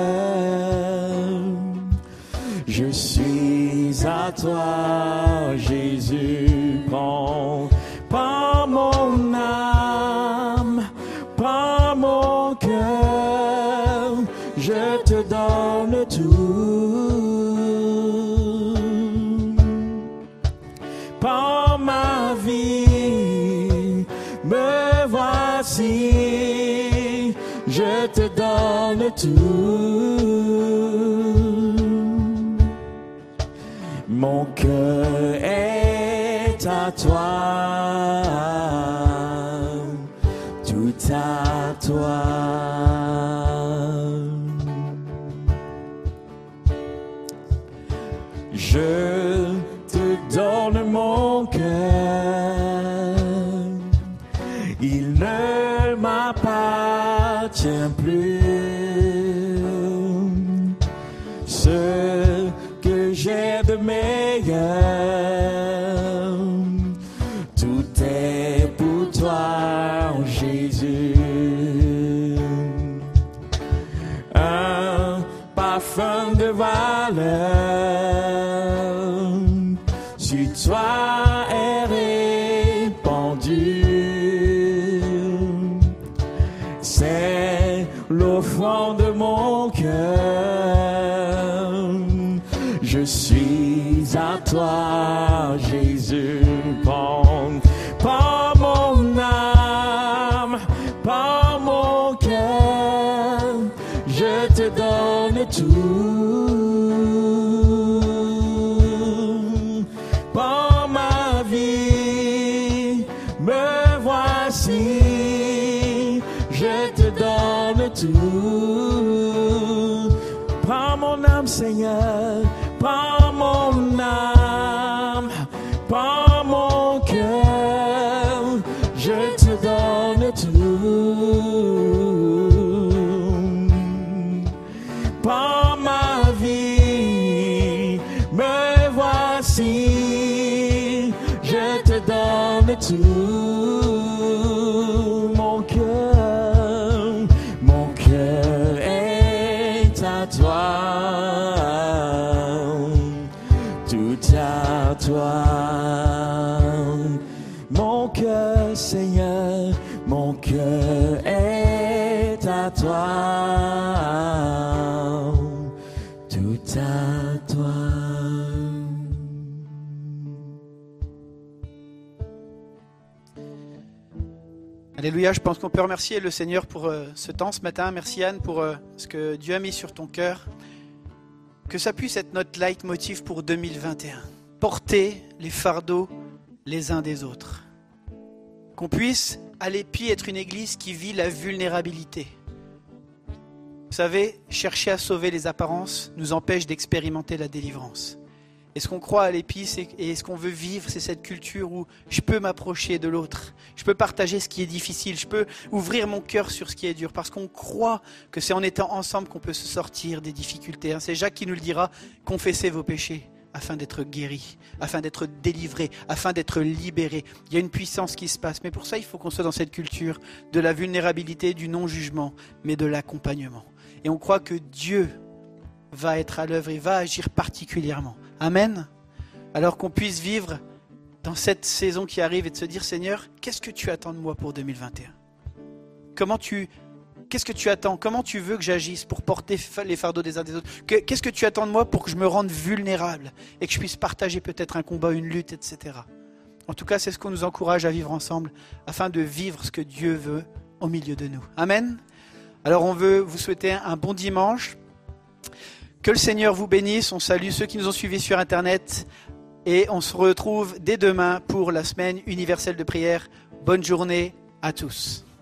Je suis à toi, Jésus. Prends mon âme, prends mon cœur. Je te donne tout. Prends ma vie, me voici, je te donne tout. Mon cœur est à toi, tout à toi. Je te donne mon cœur, il ne m'appartient plus. Ce que j'ai de meilleur, tout est pour toi, oh Jésus. Un parfum de valeur sur toi est répandu. C'est l'offrande de mon cœur. Je suis à toi, Jésus. Par mon âme, par mon cœur, je te donne tout. Par ma vie, me voici, je te donne tout. Par mon âme, Seigneur, par mon âme, par mon cœur, je te donne tout. Par ma vie, me voici, je te donne tout. Mon cœur est à toi. À toi, mon cœur, Seigneur, mon cœur est à toi, tout à toi. Alléluia, je pense qu'on peut remercier le Seigneur pour ce temps ce matin. Merci Anne pour ce que Dieu a mis sur ton cœur. Que ça puisse être notre leitmotiv pour 2021. Porter les fardeaux les uns des autres. Qu'on puisse, à l'Épi, être une église qui vit la vulnérabilité. Vous savez, chercher à sauver les apparences nous empêche d'expérimenter la délivrance. Et ce qu'on croit à l'Épi, et ce qu'on veut vivre, c'est cette culture où je peux m'approcher de l'autre. Je peux partager ce qui est difficile. Je peux ouvrir mon cœur sur ce qui est dur. Parce qu'on croit que c'est en étant ensemble qu'on peut se sortir des difficultés. C'est Jacques qui nous le dira, confessez vos péchés afin d'être guéris, afin d'être délivrés, afin d'être libérés. Il y a une puissance qui se passe. Mais pour ça, il faut qu'on soit dans cette culture de la vulnérabilité, du non-jugement, mais de l'accompagnement. Et on croit que Dieu va être à l'œuvre et va agir particulièrement. Amen. Alors qu'on puisse vivre dans cette saison qui arrive et de se dire, Seigneur, qu'est-ce que tu attends de moi pour 2021 ? Qu'est-ce que tu attends ? Comment tu veux que j'agisse pour porter les fardeaux des uns des autres ? Qu'est-ce que tu attends de moi pour que je me rende vulnérable et que je puisse partager peut-être un combat, une lutte, etc. En tout cas, c'est ce qu'on nous encourage à vivre ensemble afin de vivre ce que Dieu veut au milieu de nous. Amen. Alors on veut vous souhaiter un bon dimanche. Que le Seigneur vous bénisse. On salue ceux qui nous ont suivis sur Internet. Et on se retrouve dès demain pour la semaine universelle de prière. Bonne journée à tous.